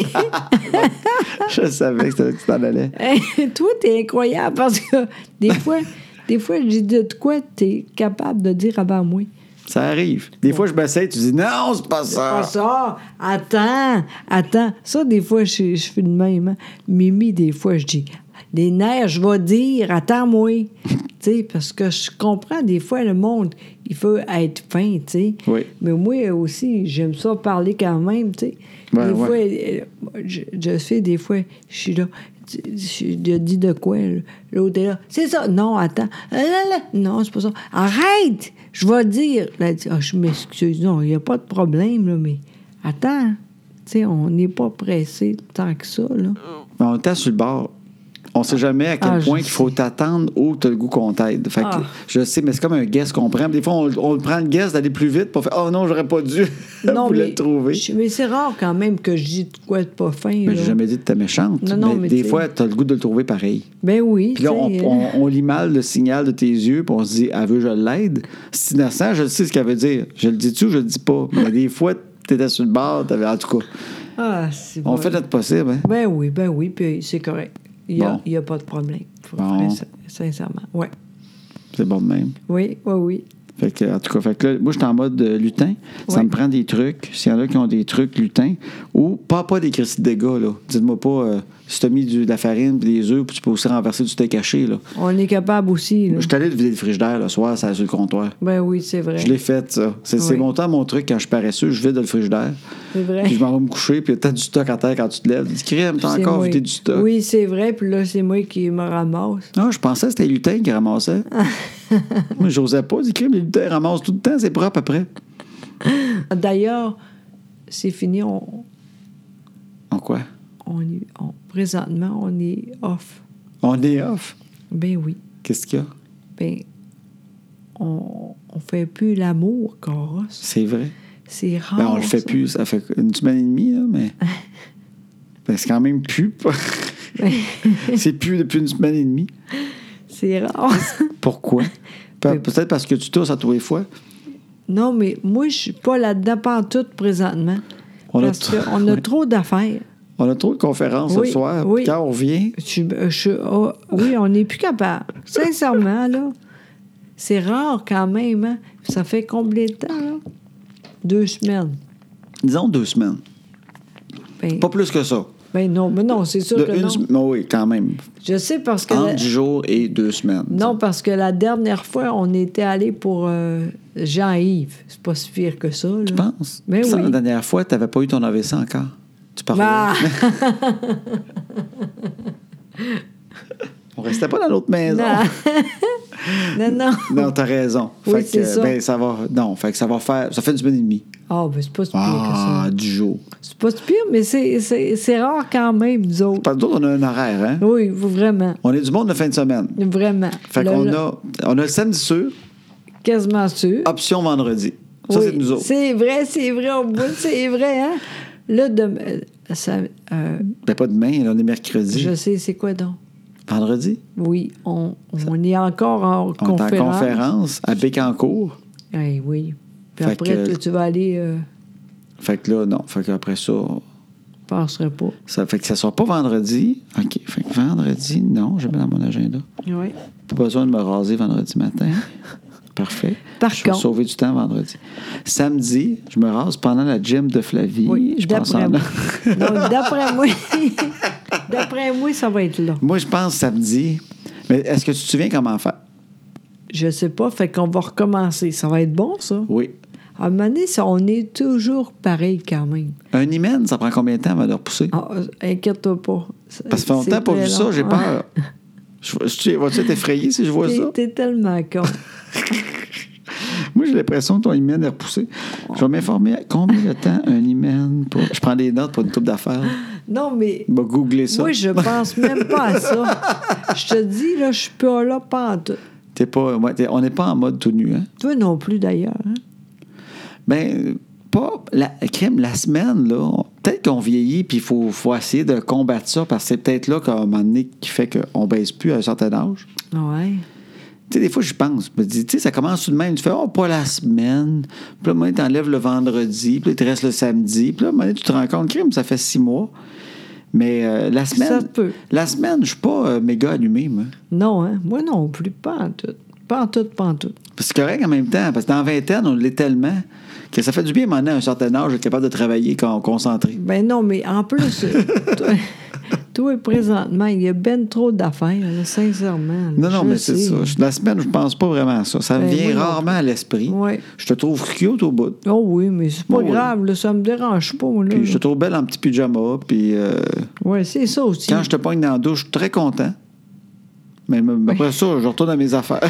Je savais que c'était là que tu t'en allais. Hey, toi, t'es incroyable parce que des fois, je dis de quoi t'es capable de dire avant moi. Ça arrive. Des fois, je m'essaye, tu dis non, c'est pas ça. Pas ça. Attends. Ça, des fois, je fais de même. Hein. Mimi, des fois, je dis, les nerfs, je vais dire, attends-moi. Tu sais, parce que je comprends, des fois, le monde, il faut être fin, tu sais. Oui. Mais moi aussi, j'aime ça parler quand même, tu sais. Ouais, des ouais. fois, je fais des fois, je suis là. Je dis de quoi, là? L'autre est là. C'est ça. Non, attends. Non, c'est pas ça. Arrête! Je vais dire. Là, elle dit, je m'excuse. Non, il n'y a pas de problème, là, mais attends. Tu sais, on n'est pas pressé tant que ça, là. Mais on était sur le bord. On sait jamais à quel point je qu'il faut t'attendre où tu as le goût qu'on t'aide. Fait que je sais, mais c'est comme un guess qu'on prend. Des fois, on prend le guess d'aller plus vite pour faire « Oh non, j'aurais pas dû Non, le trouver. » mais c'est rare quand même que je dis de quoi de pas fin, Mais là. j'ai jamais dit que t'es méchante. Non, mais des t'sais. fois, tu as le goût de le trouver pareil. Ben oui, Puis là, tu sais, on lit mal le signal de tes yeux, puis on se dit, elle veut, je l'aide. C'est innocent, je le sais ce qu'elle veut dire. Je le dis-tu ou je le dis pas? Mais des fois, tu étais sur le bord, t'avais, en tout cas, c'est on bon. fait notre possible. Hein? Ben oui, puis c'est correct. Il n'y a pas de problème. Bon. Sincèrement, ouais. C'est bon de même. Oui. Fait que, en tout cas, fait que là, moi, je suis en mode lutin. Ça Ouais. me prend des trucs. S'il y en a qui ont des trucs lutins, ou pas des cristalles de dégâts, là. Dites-moi pas, si tu as mis de la farine et des œufs, puis tu peux aussi renverser du steak haché, là. On est capable aussi, là. Je suis allé vider le frigidaire le soir, ça sur le comptoir. Ben oui, c'est vrai. Je l'ai fait, ça. C'est Oui. mon temps, mon truc, quand je suis paresseux, je vide le frigidaire. C'est vrai. Puis je m'en vais me coucher, puis t'as du stock à terre quand tu te lèves. Tu dis, crème, t'as C'est encore moi. vidé du stock. Oui, c'est vrai. Puis là, c'est moi qui me ramasse. Non, je pensais que c'était les lutins qui ramassaient. Moi, j'osais pas. Dis, crème, les lutins ramassent tout le temps, c'est propre après. D'ailleurs, c'est fini. En quoi? Présentement, on est off. On est off. Ben oui. Qu'est-ce qu'il y a? Ben, on fait plus l'amour, Coros. C'est vrai. C'est rare. Ben, on le fait ça. plus. Ça fait une semaine et demie, là, mais. Ben, c'est quand même plus. C'est plus depuis une semaine et demie. C'est rare. Pourquoi? Peut-être parce que tu tousses à tous les fois. Non, mais moi, je suis pas là-dedans pantoute présentement. On a parce t- qu'on a trop d'affaires. On a trop de conférences Oui, ce soir. oui. Quand on revient, Oui, on n'est plus capable. Sincèrement, là, c'est rare quand même. Hein? Ça fait combien de temps, là? 2 semaines. disons 2 semaines. Ben, Pas plus que ça. ben non, mais non, c'est sûr que non. Oui, quand même. Je sais parce que... Entre 10 jours et 2 semaines. Non, parce que la dernière fois, on était allé pour Jean-Yves. C'est pas si pire que ça, là. Tu penses? Mais Ça, oui. la dernière fois, tu n'avais pas eu ton AVC encore. Tu parlais. Ah! On restait pas dans l'autre maison. Non. non. Non, t'as raison. Oui, Fait c'est que, ça. ben, ça va. Non, fait que ça va faire. Ça fait une semaine et demie. Ah, ben c'est pas si pire que ça. 10 jours. C'est pas si pire, mais c'est rare quand même, nous autres. Parce que nous autres, on a un horaire, hein? Oui, vraiment. On est du monde de fin de semaine. Vraiment. Fait Là, qu'on là, a le samedi sûr, quasiment sûr. option vendredi. Ça, Oui, c'est de nous autres. c'est vrai au bout, c'est vrai, hein? Là, ça, Ben, pas demain, là, on est mercredi. je sais, c'est quoi donc? Vendredi? Oui, on est encore en On est conférence. en conférence à Bécancour. Eh oui. Puis Fait après, que- tu vas aller... Fait que là, non. Fait qu'après ça, je penserais pas. ça fait que ça sera pas vendredi. OK. Fait que vendredi, non, je mets dans mon agenda. Oui. Pas besoin de me raser vendredi matin. Parfait. Par Je vais contre- sauver du temps vendredi. Samedi, je me rase pendant la gym de Flavie. Oui, je pense d'après en moi. Non, d'après moi, ça va être là. Moi, je pense samedi. Mais est-ce que tu te souviens comment faire? Je sais pas, fait qu'on va recommencer. Ça va être bon, ça. Oui. À un moment donné, on est toujours pareil quand même. Un hymen, ça prend combien de temps avant de repousser? Ah, inquiète-toi pas. Parce que ça fait longtemps pas vu ça, j'ai peur. Vas-tu être effrayé si je vois ça? T'es tellement con. Moi, j'ai l'impression que ton hymen est repoussé. Je vais m'informer combien de temps un hymen pour. Je prends des notes pour une coupe d'affaires. Non, mais Je vais googler ça. moi, je pense même pas à ça. Je te dis, là, je suis pas là, pas en tout. On n'est pas en mode tout nu, hein? Toi non plus, d'ailleurs. Hein? Ben, pas. La semaine, là, peut-être qu'on vieillit, puis il faut essayer de combattre ça, parce que c'est peut-être là qu'à un moment donné qui fait qu'on ne baisse plus à un certain âge. Ouais. Tu sais, des fois, je pense. Je me dis, tu sais, ça commence tout de même. Tu fais, oh, pas la semaine. Puis là, à un moment donné, t'enlèves le vendredi. Puis là, il te reste le samedi. Puis là, à un moment donné, tu te rends compte, crime, ça fait 6 mois. Mais la semaine. Ça se peut. La semaine, je suis pas méga allumé, moi. Non, hein? Moi non plus, pas en tout. Pas en tout, pas en tout. Parce que c'est correct en même temps. Parce que dans la vingtaine, on l'est tellement que ça fait du bien maintenant, à un certain âge, d'être capable de travailler concentré. Ben non, mais en plus, toi, présentement, il y a ben trop d'affaires, là, sincèrement. Non, non, Je mais c'est sais. ça. La semaine, je pense pas vraiment à ça. Ça me Ben, vient moi non rarement à l'esprit. Ouais. Je te trouve cute au bout. Oh oui, mais c'est pas Oh oui. grave, là, ça me dérange pas. Là. Puis je te trouve belle en petit pyjama. Puis Oui, c'est ça aussi. quand je te pogne dans la douche, je suis très content. Mais après ça, je retourne à mes affaires.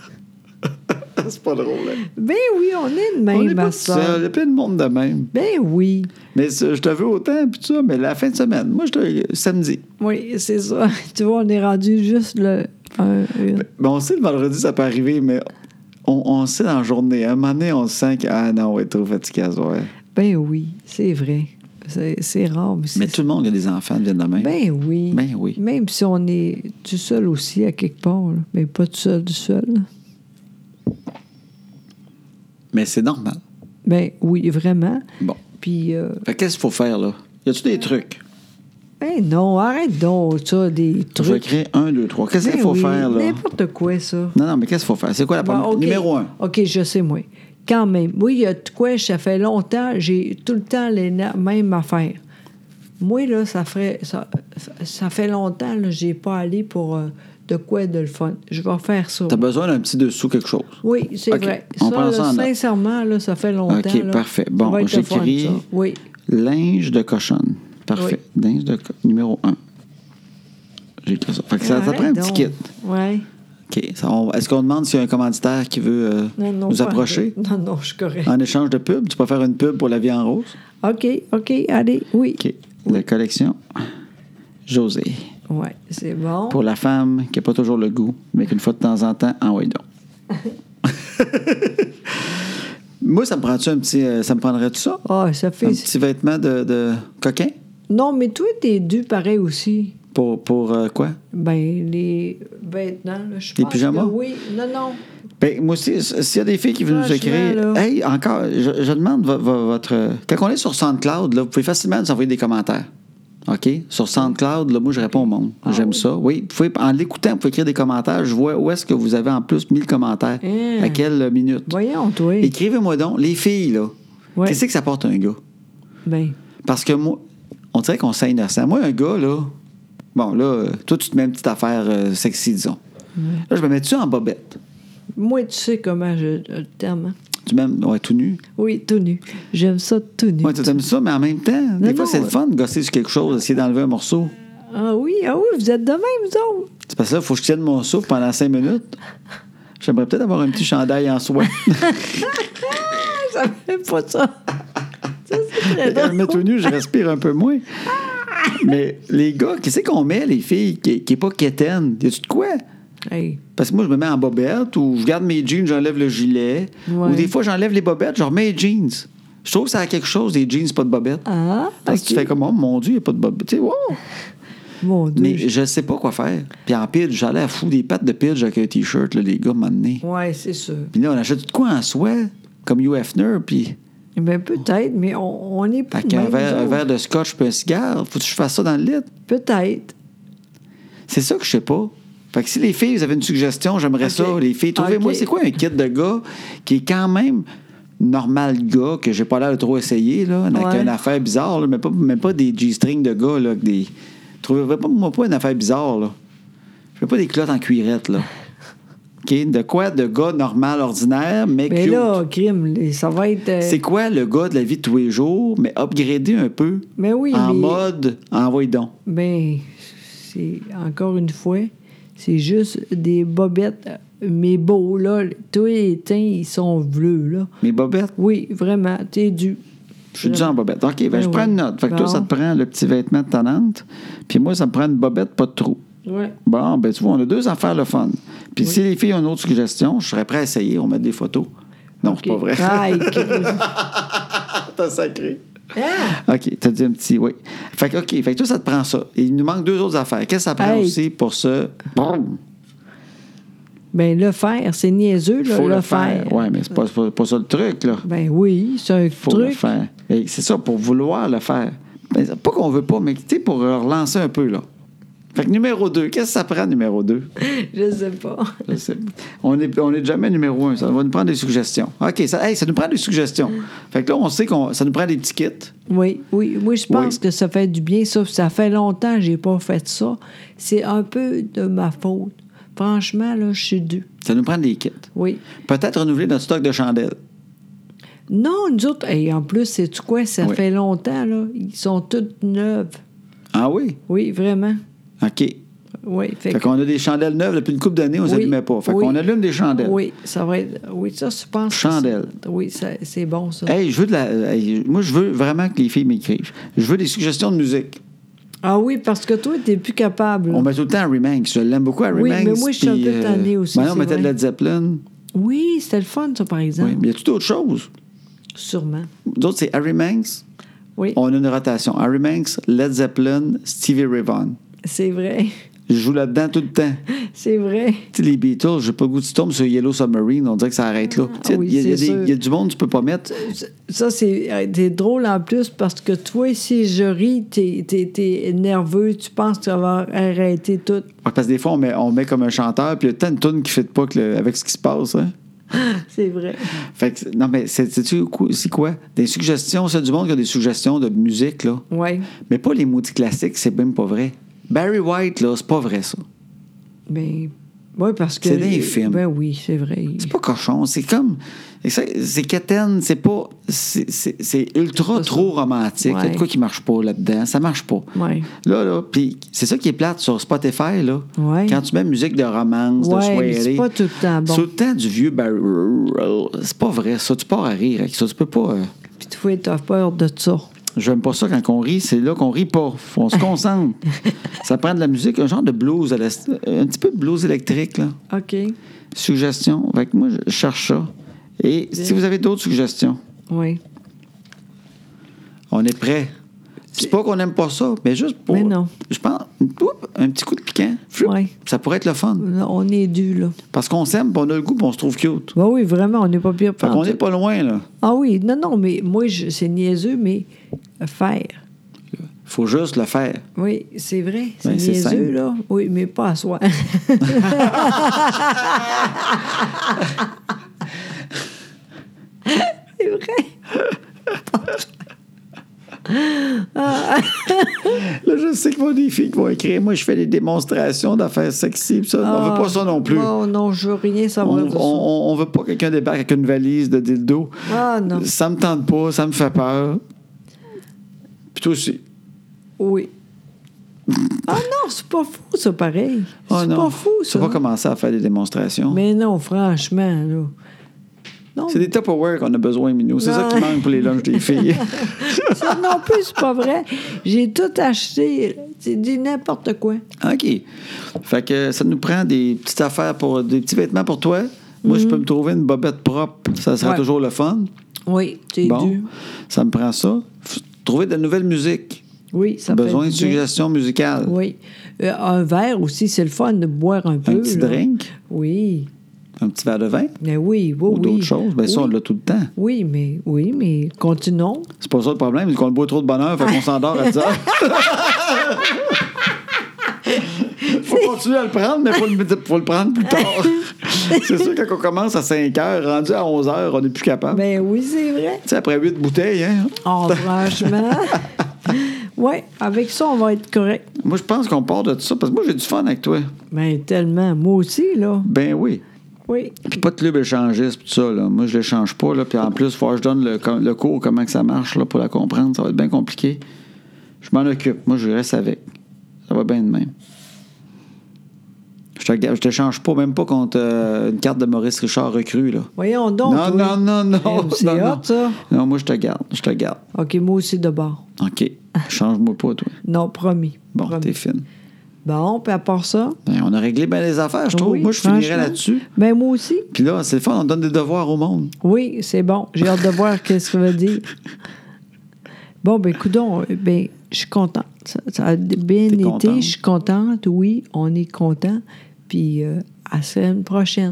C'est pas drôle. Hein? Ben oui, on est de On même, n'est pas ma tout seul. Il y soeur. a plein de monde de même. Ben oui. Mais je te veux autant, puis tout ça, mais la fin de semaine. Moi, samedi. Oui, c'est ça. Tu vois, on est rendu juste le... Ben, on sait le vendredi, ça peut arriver, mais on sait dans la journée. À un moment donné, on sent que, ah non, on va être trop fatigué à soir. Ben oui, c'est vrai. C'est rare, mais c'est... Mais tout le monde a des enfants, viennent de même. Ben oui. Ben oui. Même si on est tout seul aussi, à quelque part, là. Mais pas tout seul, là. Mais c'est normal. Ben oui, vraiment. Bon. Puis, Fait qu'est-ce qu'il faut faire, là? Y a-tu des trucs? ben non, arrête donc, ça, des Je vais trucs. écrire 1, 2, 3. Qu'est-ce qu'il Ben faut oui, faire, là? n'importe quoi, ça. Non, mais qu'est-ce qu'il faut faire? C'est quoi la Bon, première? OK. Numéro 1. OK, je sais, moi. Quand même. Oui, il y a de quoi, ça fait longtemps, j'ai tout le temps les mêmes affaires. Moi, là, ça fait longtemps, là, j'ai pas allé pour de quoi de le fun. Je vais faire ça. T'as besoin d'un petit dessous, quelque chose. Oui, c'est OK, vrai. on Ça, prend là, ça en note. sincèrement, là, ça fait longtemps. OK, là. parfait. Ça Bon, va être le fun, j'écris ça. Oui. linge de cochonne. Parfait. Linge de numéro 1. J'écris ça. Fait que ça prend un petit kit. Oui. OK. Est-ce qu'on demande s'il y a un commanditaire qui veut nous approcher? Non, je suis correct. En échange de pub? Tu peux faire une pub pour la vie en rose? OK, allez, oui. OK. La collection José. Oui, c'est bon. Pour la femme qui n'a pas toujours le goût, mais qu'une fois de temps en temps, envoie donc. Moi, ça me prend-tu un petit... ça me prendrait-tu ça? Ah, ça fait... Un petit vêtement de coquin? Non, mais toi, t'es dû pareil aussi. Pour quoi? Ben, les vêtements, là, je Les pense pyjamas? que oui. Non. Ben, moi aussi, s'il y a des filles qui veulent nous Franchement, écrire... là. Hey, encore, je demande votre... Quand on est sur SoundCloud, là, vous pouvez facilement nous envoyer des commentaires. OK? Sur SoundCloud, là, moi, je réponds au monde. J'aime ça. Oui, vous pouvez, en l'écoutant, vous pouvez écrire des commentaires. Je vois où est-ce que vous avez en plus mis le commentaire. À quelle minute. Voyons, toi. Écrivez-moi donc. Les filles, là, Ouais. qu'est-ce que ça porte un gars? Ben, Parce que moi, on dirait qu'on s'est innocent. Moi, un gars, là... Bon, là, toi, tu te mets une petite affaire sexy, disons. Là, je me mets-tu en bobette? moi, tu sais comment je t'aime. Hein? Tu m'aimes, ouais, tout nu? Oui, tout nu. J'aime ça tout nu. Oui, tu aimes ça, mais en même temps, des fois, c'est le fun de gosser sur quelque chose, essayer d'enlever un morceau. Ah oui, vous êtes de même, vous autres. C'est parce que là, il faut que je tienne mon souffle pendant 5 minutes. J'aimerais peut-être avoir un petit chandail en soie. Ça fait pas ça. Ça, c'est très drôle. Mais tout nu, je respire un peu moins. Mais les gars, qu'est-ce qu'on met, les filles, qui n'est pas quétaine? Y a-tu de quoi? Hey. Parce que moi, je me mets en bobette ou je garde mes jeans, j'enlève le gilet. Ouais. Ou des fois, j'enlève les bobettes, je remets les jeans. Je trouve que ça a quelque chose, des jeans, pas de bobettes. Ah, Parce que tu ok. fais comme, oh mon Dieu, il n'y a pas de bobettes. Tu sais, wow! Mon Dieu. Mais je sais pas quoi faire. Puis en pidge, j'allais à fou des pattes de pidge avec un T-shirt, là, les gars, m'ont donné. Ouais, c'est sûr. Puis là, on achète de quoi en soie, comme Hugh Hefner, puis Ben, peut-être, mais on est pas avec de un même, verre, nous un autres. verre de scotch puis un cigare. Faut que je fasse ça dans le lit. Peut-être. C'est ça que je sais pas. Fait que si les filles, vous avez une suggestion, j'aimerais Ok. ça. Les filles, trouvez-moi, Ok. c'est quoi un kit de gars qui est quand même normal gars, que j'ai pas l'air de trop essayer, là, avec Ouais. une affaire bizarre, là, mais même pas des G-strings de gars, là, avec des... Trouvez-moi pas une affaire bizarre, là. Je fais pas des clottes en cuirette, là. OK? De quoi? De gars normal, ordinaire, mais Mais cute. là, crime, ça va être. C'est quoi le gars de la vie de tous les jours, mais upgradé un peu, Mais oui, en mais. mode envoie donc. Ben, c'est encore une fois, c'est juste des bobettes. Mais beaux, là. Tous les teints, ils sont bleus, là. Mes bobettes, Oui, vraiment. T'es dû. je suis déjà en bobette. OK, ben, Ben je prends oui. une note. Fait que toi, Bon. ça te prend le petit vêtement de tannante, puis moi, ça me prend une bobette, pas de trou. Ouais. Bon, ben tu vois, on a deux affaires le fun. Puis si les filles ont une autre suggestion, je serais prêt à essayer. On met des photos. Non, c'est pas vrai. Aïe, T'as sacré. ah! OK, t'as dit un petit, oui. Fait que, OK, fait que toi, ça te prend ça. Et il nous manque deux autres affaires. Qu'est-ce que ça prend Hey. aussi pour ce... Boum! Ben, le faire, c'est niaiseux, là, Faut le faire. Oui, mais c'est pas ça le truc, là. Ben oui, c'est un Faut le truc. faire. Et c'est ça, pour vouloir le faire. Ben, pas qu'on veut pas, mais tu sais, pour relancer un peu, là. Fait que numéro 2, qu'est-ce que ça prend, numéro 2? Je sais pas. Je sais. On est jamais numéro 1. Ça va nous prendre des suggestions. OK, ça nous prend des suggestions. Fait que là, on sait ça nous prend des petits kits. Oui, je pense que ça fait du bien, ça. Ça fait longtemps que j'ai pas fait ça. C'est un peu de ma faute. Franchement, là, je suis due. Ça nous prend des kits. Oui. Peut-être renouveler notre stock de chandelles. Non, nous autres, et en plus, c'est quoi? Ça Oui. fait longtemps, là. Ils sont toutes neuves. Ah oui? Oui, vraiment. OK. Oui. Fait qu'on a des chandelles neuves depuis une couple d'années, on ne les Oui, allumait pas. Fait oui. qu'on allume des chandelles. Oui, ça va être. Oui, ça, je pense. que Chandelles. Oui, c'est bon, ça. Hey, moi, je veux vraiment que les filles m'écrivent. Je veux des suggestions de musique. Ah oui, parce que toi, t'es plus capable. On met tout le temps Harry Manx. Je l'aime beaucoup, Harry Oui, Manx. mais moi, je suis un puis, peu tannée aussi, maintenant, on c'est mettait de vrai. Led Zeppelin. Oui, c'était le fun, ça, par exemple. Oui, mais y a-tu d'autres choses? Sûrement. D'autres, c'est Harry Manx. Oui, On a une rotation. Harry Manx, Led Zeppelin, Stevie Ray Vaughan. c'est vrai. Je joue là-dedans tout le temps. C'est vrai. Tu sais, les Beatles, j'ai pas le goût de tomber sur Yellow Submarine. On dirait que ça arrête là. Tu sais, oui, il y a c'est sûr. il y a du monde que tu peux pas mettre. Ça, c'est drôle en plus parce que toi, si je ris, t'es nerveux, tu penses que ça va arrêter tout. Parce que des fois, on met comme un chanteur, puis il y a tant de tunes qui ne fit pas avec ce qui se passe. Hein? C'est vrai. Fait que, non, mais c'est quoi? Des suggestions, c'est du monde qui a des suggestions de musique, là. Oui. Mais pas les maudits classiques, c'est même pas vrai. Barry White, là, c'est pas vrai, ça. Mais. Oui, parce que. C'est des films. Ben oui, c'est vrai. C'est pas cochon. C'est comme. C'est quétaine, c'est pas. C'est ultra C'est pas trop ça. romantique. Il y a de Ouais. quoi qui marche pas là-dedans. Ça marche pas. Oui. Là, puis c'est ça qui est plate sur Spotify, là. Ouais. Quand tu mets musique de romance, de Oui, mais soirée. c'est pas tout le temps bon. Tout le temps du vieux Barry. C'est pas vrai, ça. Tu pars à rire avec ça. Tu peux pas. Puis toi, t'as peur de ça. J'aime pas ça quand on rit. C'est là qu'on rit pas. On se concentre. Ça prend de la musique, un genre de blues, un petit peu de blues électrique, là. OK. Suggestion. Fait que moi, je cherche ça. Et si vous avez d'autres suggestions, Oui. on est prêt C'est pas qu'on n'aime pas ça, mais juste pour. Mais non. Je pense, un petit coup de piquant. Ouais. Ça pourrait être le fun. On est dû, là. Parce qu'on s'aime, puis on a le goût, puis on se trouve cute. Ben oui, vraiment, on n'est pas pire. Fait qu'on n'est pas loin, là. Ah oui, non, mais moi, c'est niaiseux, mais faire. Faut juste le faire. Oui, c'est vrai. C'est Ben, c'est niaiseux, simple. là. Oui, mais pas à soi. C'est vrai. Là, je sais qu'il y a des filles qui vont écrire. Moi, je fais des démonstrations d'affaires sexy, pis ça. On veut pas ça non plus. Non, non, je veux rien savoir de ça. On veut pas que quelqu'un débarque avec une valise de dildo. Ah, non. Ça me tente pas, ça me fait peur. Puis toi aussi. Oui. Ah non, c'est pas fou, ça, pareil. Ah, C'est non. pas fou, ça. Tu vas pas commencer à faire des démonstrations. Mais non, franchement, là. Non. C'est des Tupperware qu'on a besoin, Minou. C'est ça Non. qui manque pour les lunchs des filles. Ça non plus, c'est pas vrai. J'ai tout acheté. C'est du n'importe quoi. OK. Fait que ça nous prend des petites affaires pour des petits vêtements pour toi. Moi, je peux me trouver une bobette propre. Ça sera Ouais. toujours le fun. Oui, c'est Bon, dû. ça me prend ça. Trouver de nouvelles musiques. Oui, ça Besoin fait de du bien. suggestions musicales. Oui. Un verre aussi, c'est le fun de boire un peu. Un petit là. drink, Oui. un petit verre de vin Mais oui, oui, ou oui. d'autres choses. Bien, ça, on Oui. l'a tout le temps. Oui, mais continuons. C'est pas ça le problème, c'est qu'on le boit trop de bonheur, fait qu'on s'endort à 10 heures. Faut continuer à le prendre, mais faut le prendre plus tard. C'est sûr, quand on commence à 5 heures, rendu à 11 heures, on n'est plus capable. Ben oui, c'est vrai. Tu sais, après 8 bouteilles, hein? Oh, franchement. Oui, avec ça, on va être correct. Moi, je pense qu'on part de ça, parce que moi, j'ai du fun avec toi. Ben tellement. Moi aussi, là. Ben oui. Oui. Puis pas de club échangiste, tout ça, là. Moi, je l'échange pas, là. Puis en plus, il faut que je donne le cours, comment que ça marche, là, pour la comprendre. Ça va être bien compliqué. Je m'en occupe. Moi, je reste avec. Ça va bien de même. Je t'échange pas, même pas contre une carte de Maurice Richard recrue, là. Voyons donc. Non, oui. non. C'est non, hot, non. ça. Non, moi, je te garde. OK, moi aussi de bord. OK. Change-moi pas, toi. Non, promis. Bon, Promis. t'es fine. Bon, puis à part ça. Ben, on a réglé bien les affaires, je trouve. Oui, Moi, je finirais franchement. là-dessus. Ben moi aussi. Puis là, c'est le fun, on donne des devoirs au monde. Oui, c'est bon. J'ai hâte de voir ce que ça veut dire. Bon, ben, coudonc, ben, je suis contente. Ça a bien T'es été, contente? je suis contente. Oui, on est content. Puis à la semaine prochaine.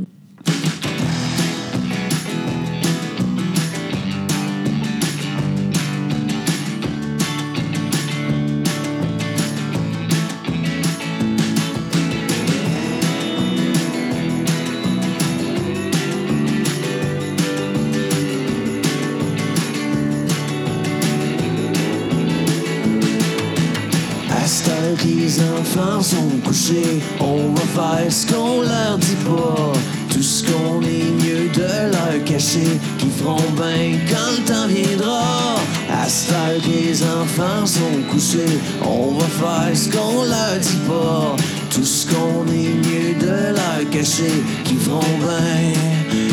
À cette heure que les enfants sont couchés, on va faire ce qu'on leur dit pas. Tout ce qu'on est mieux de leur cacher, qui feront bien quand le temps viendra. À cette heure que les enfants sont couchés, on va faire ce qu'on leur dit pas. Tout ce qu'on est mieux de leur cacher, qui feront bien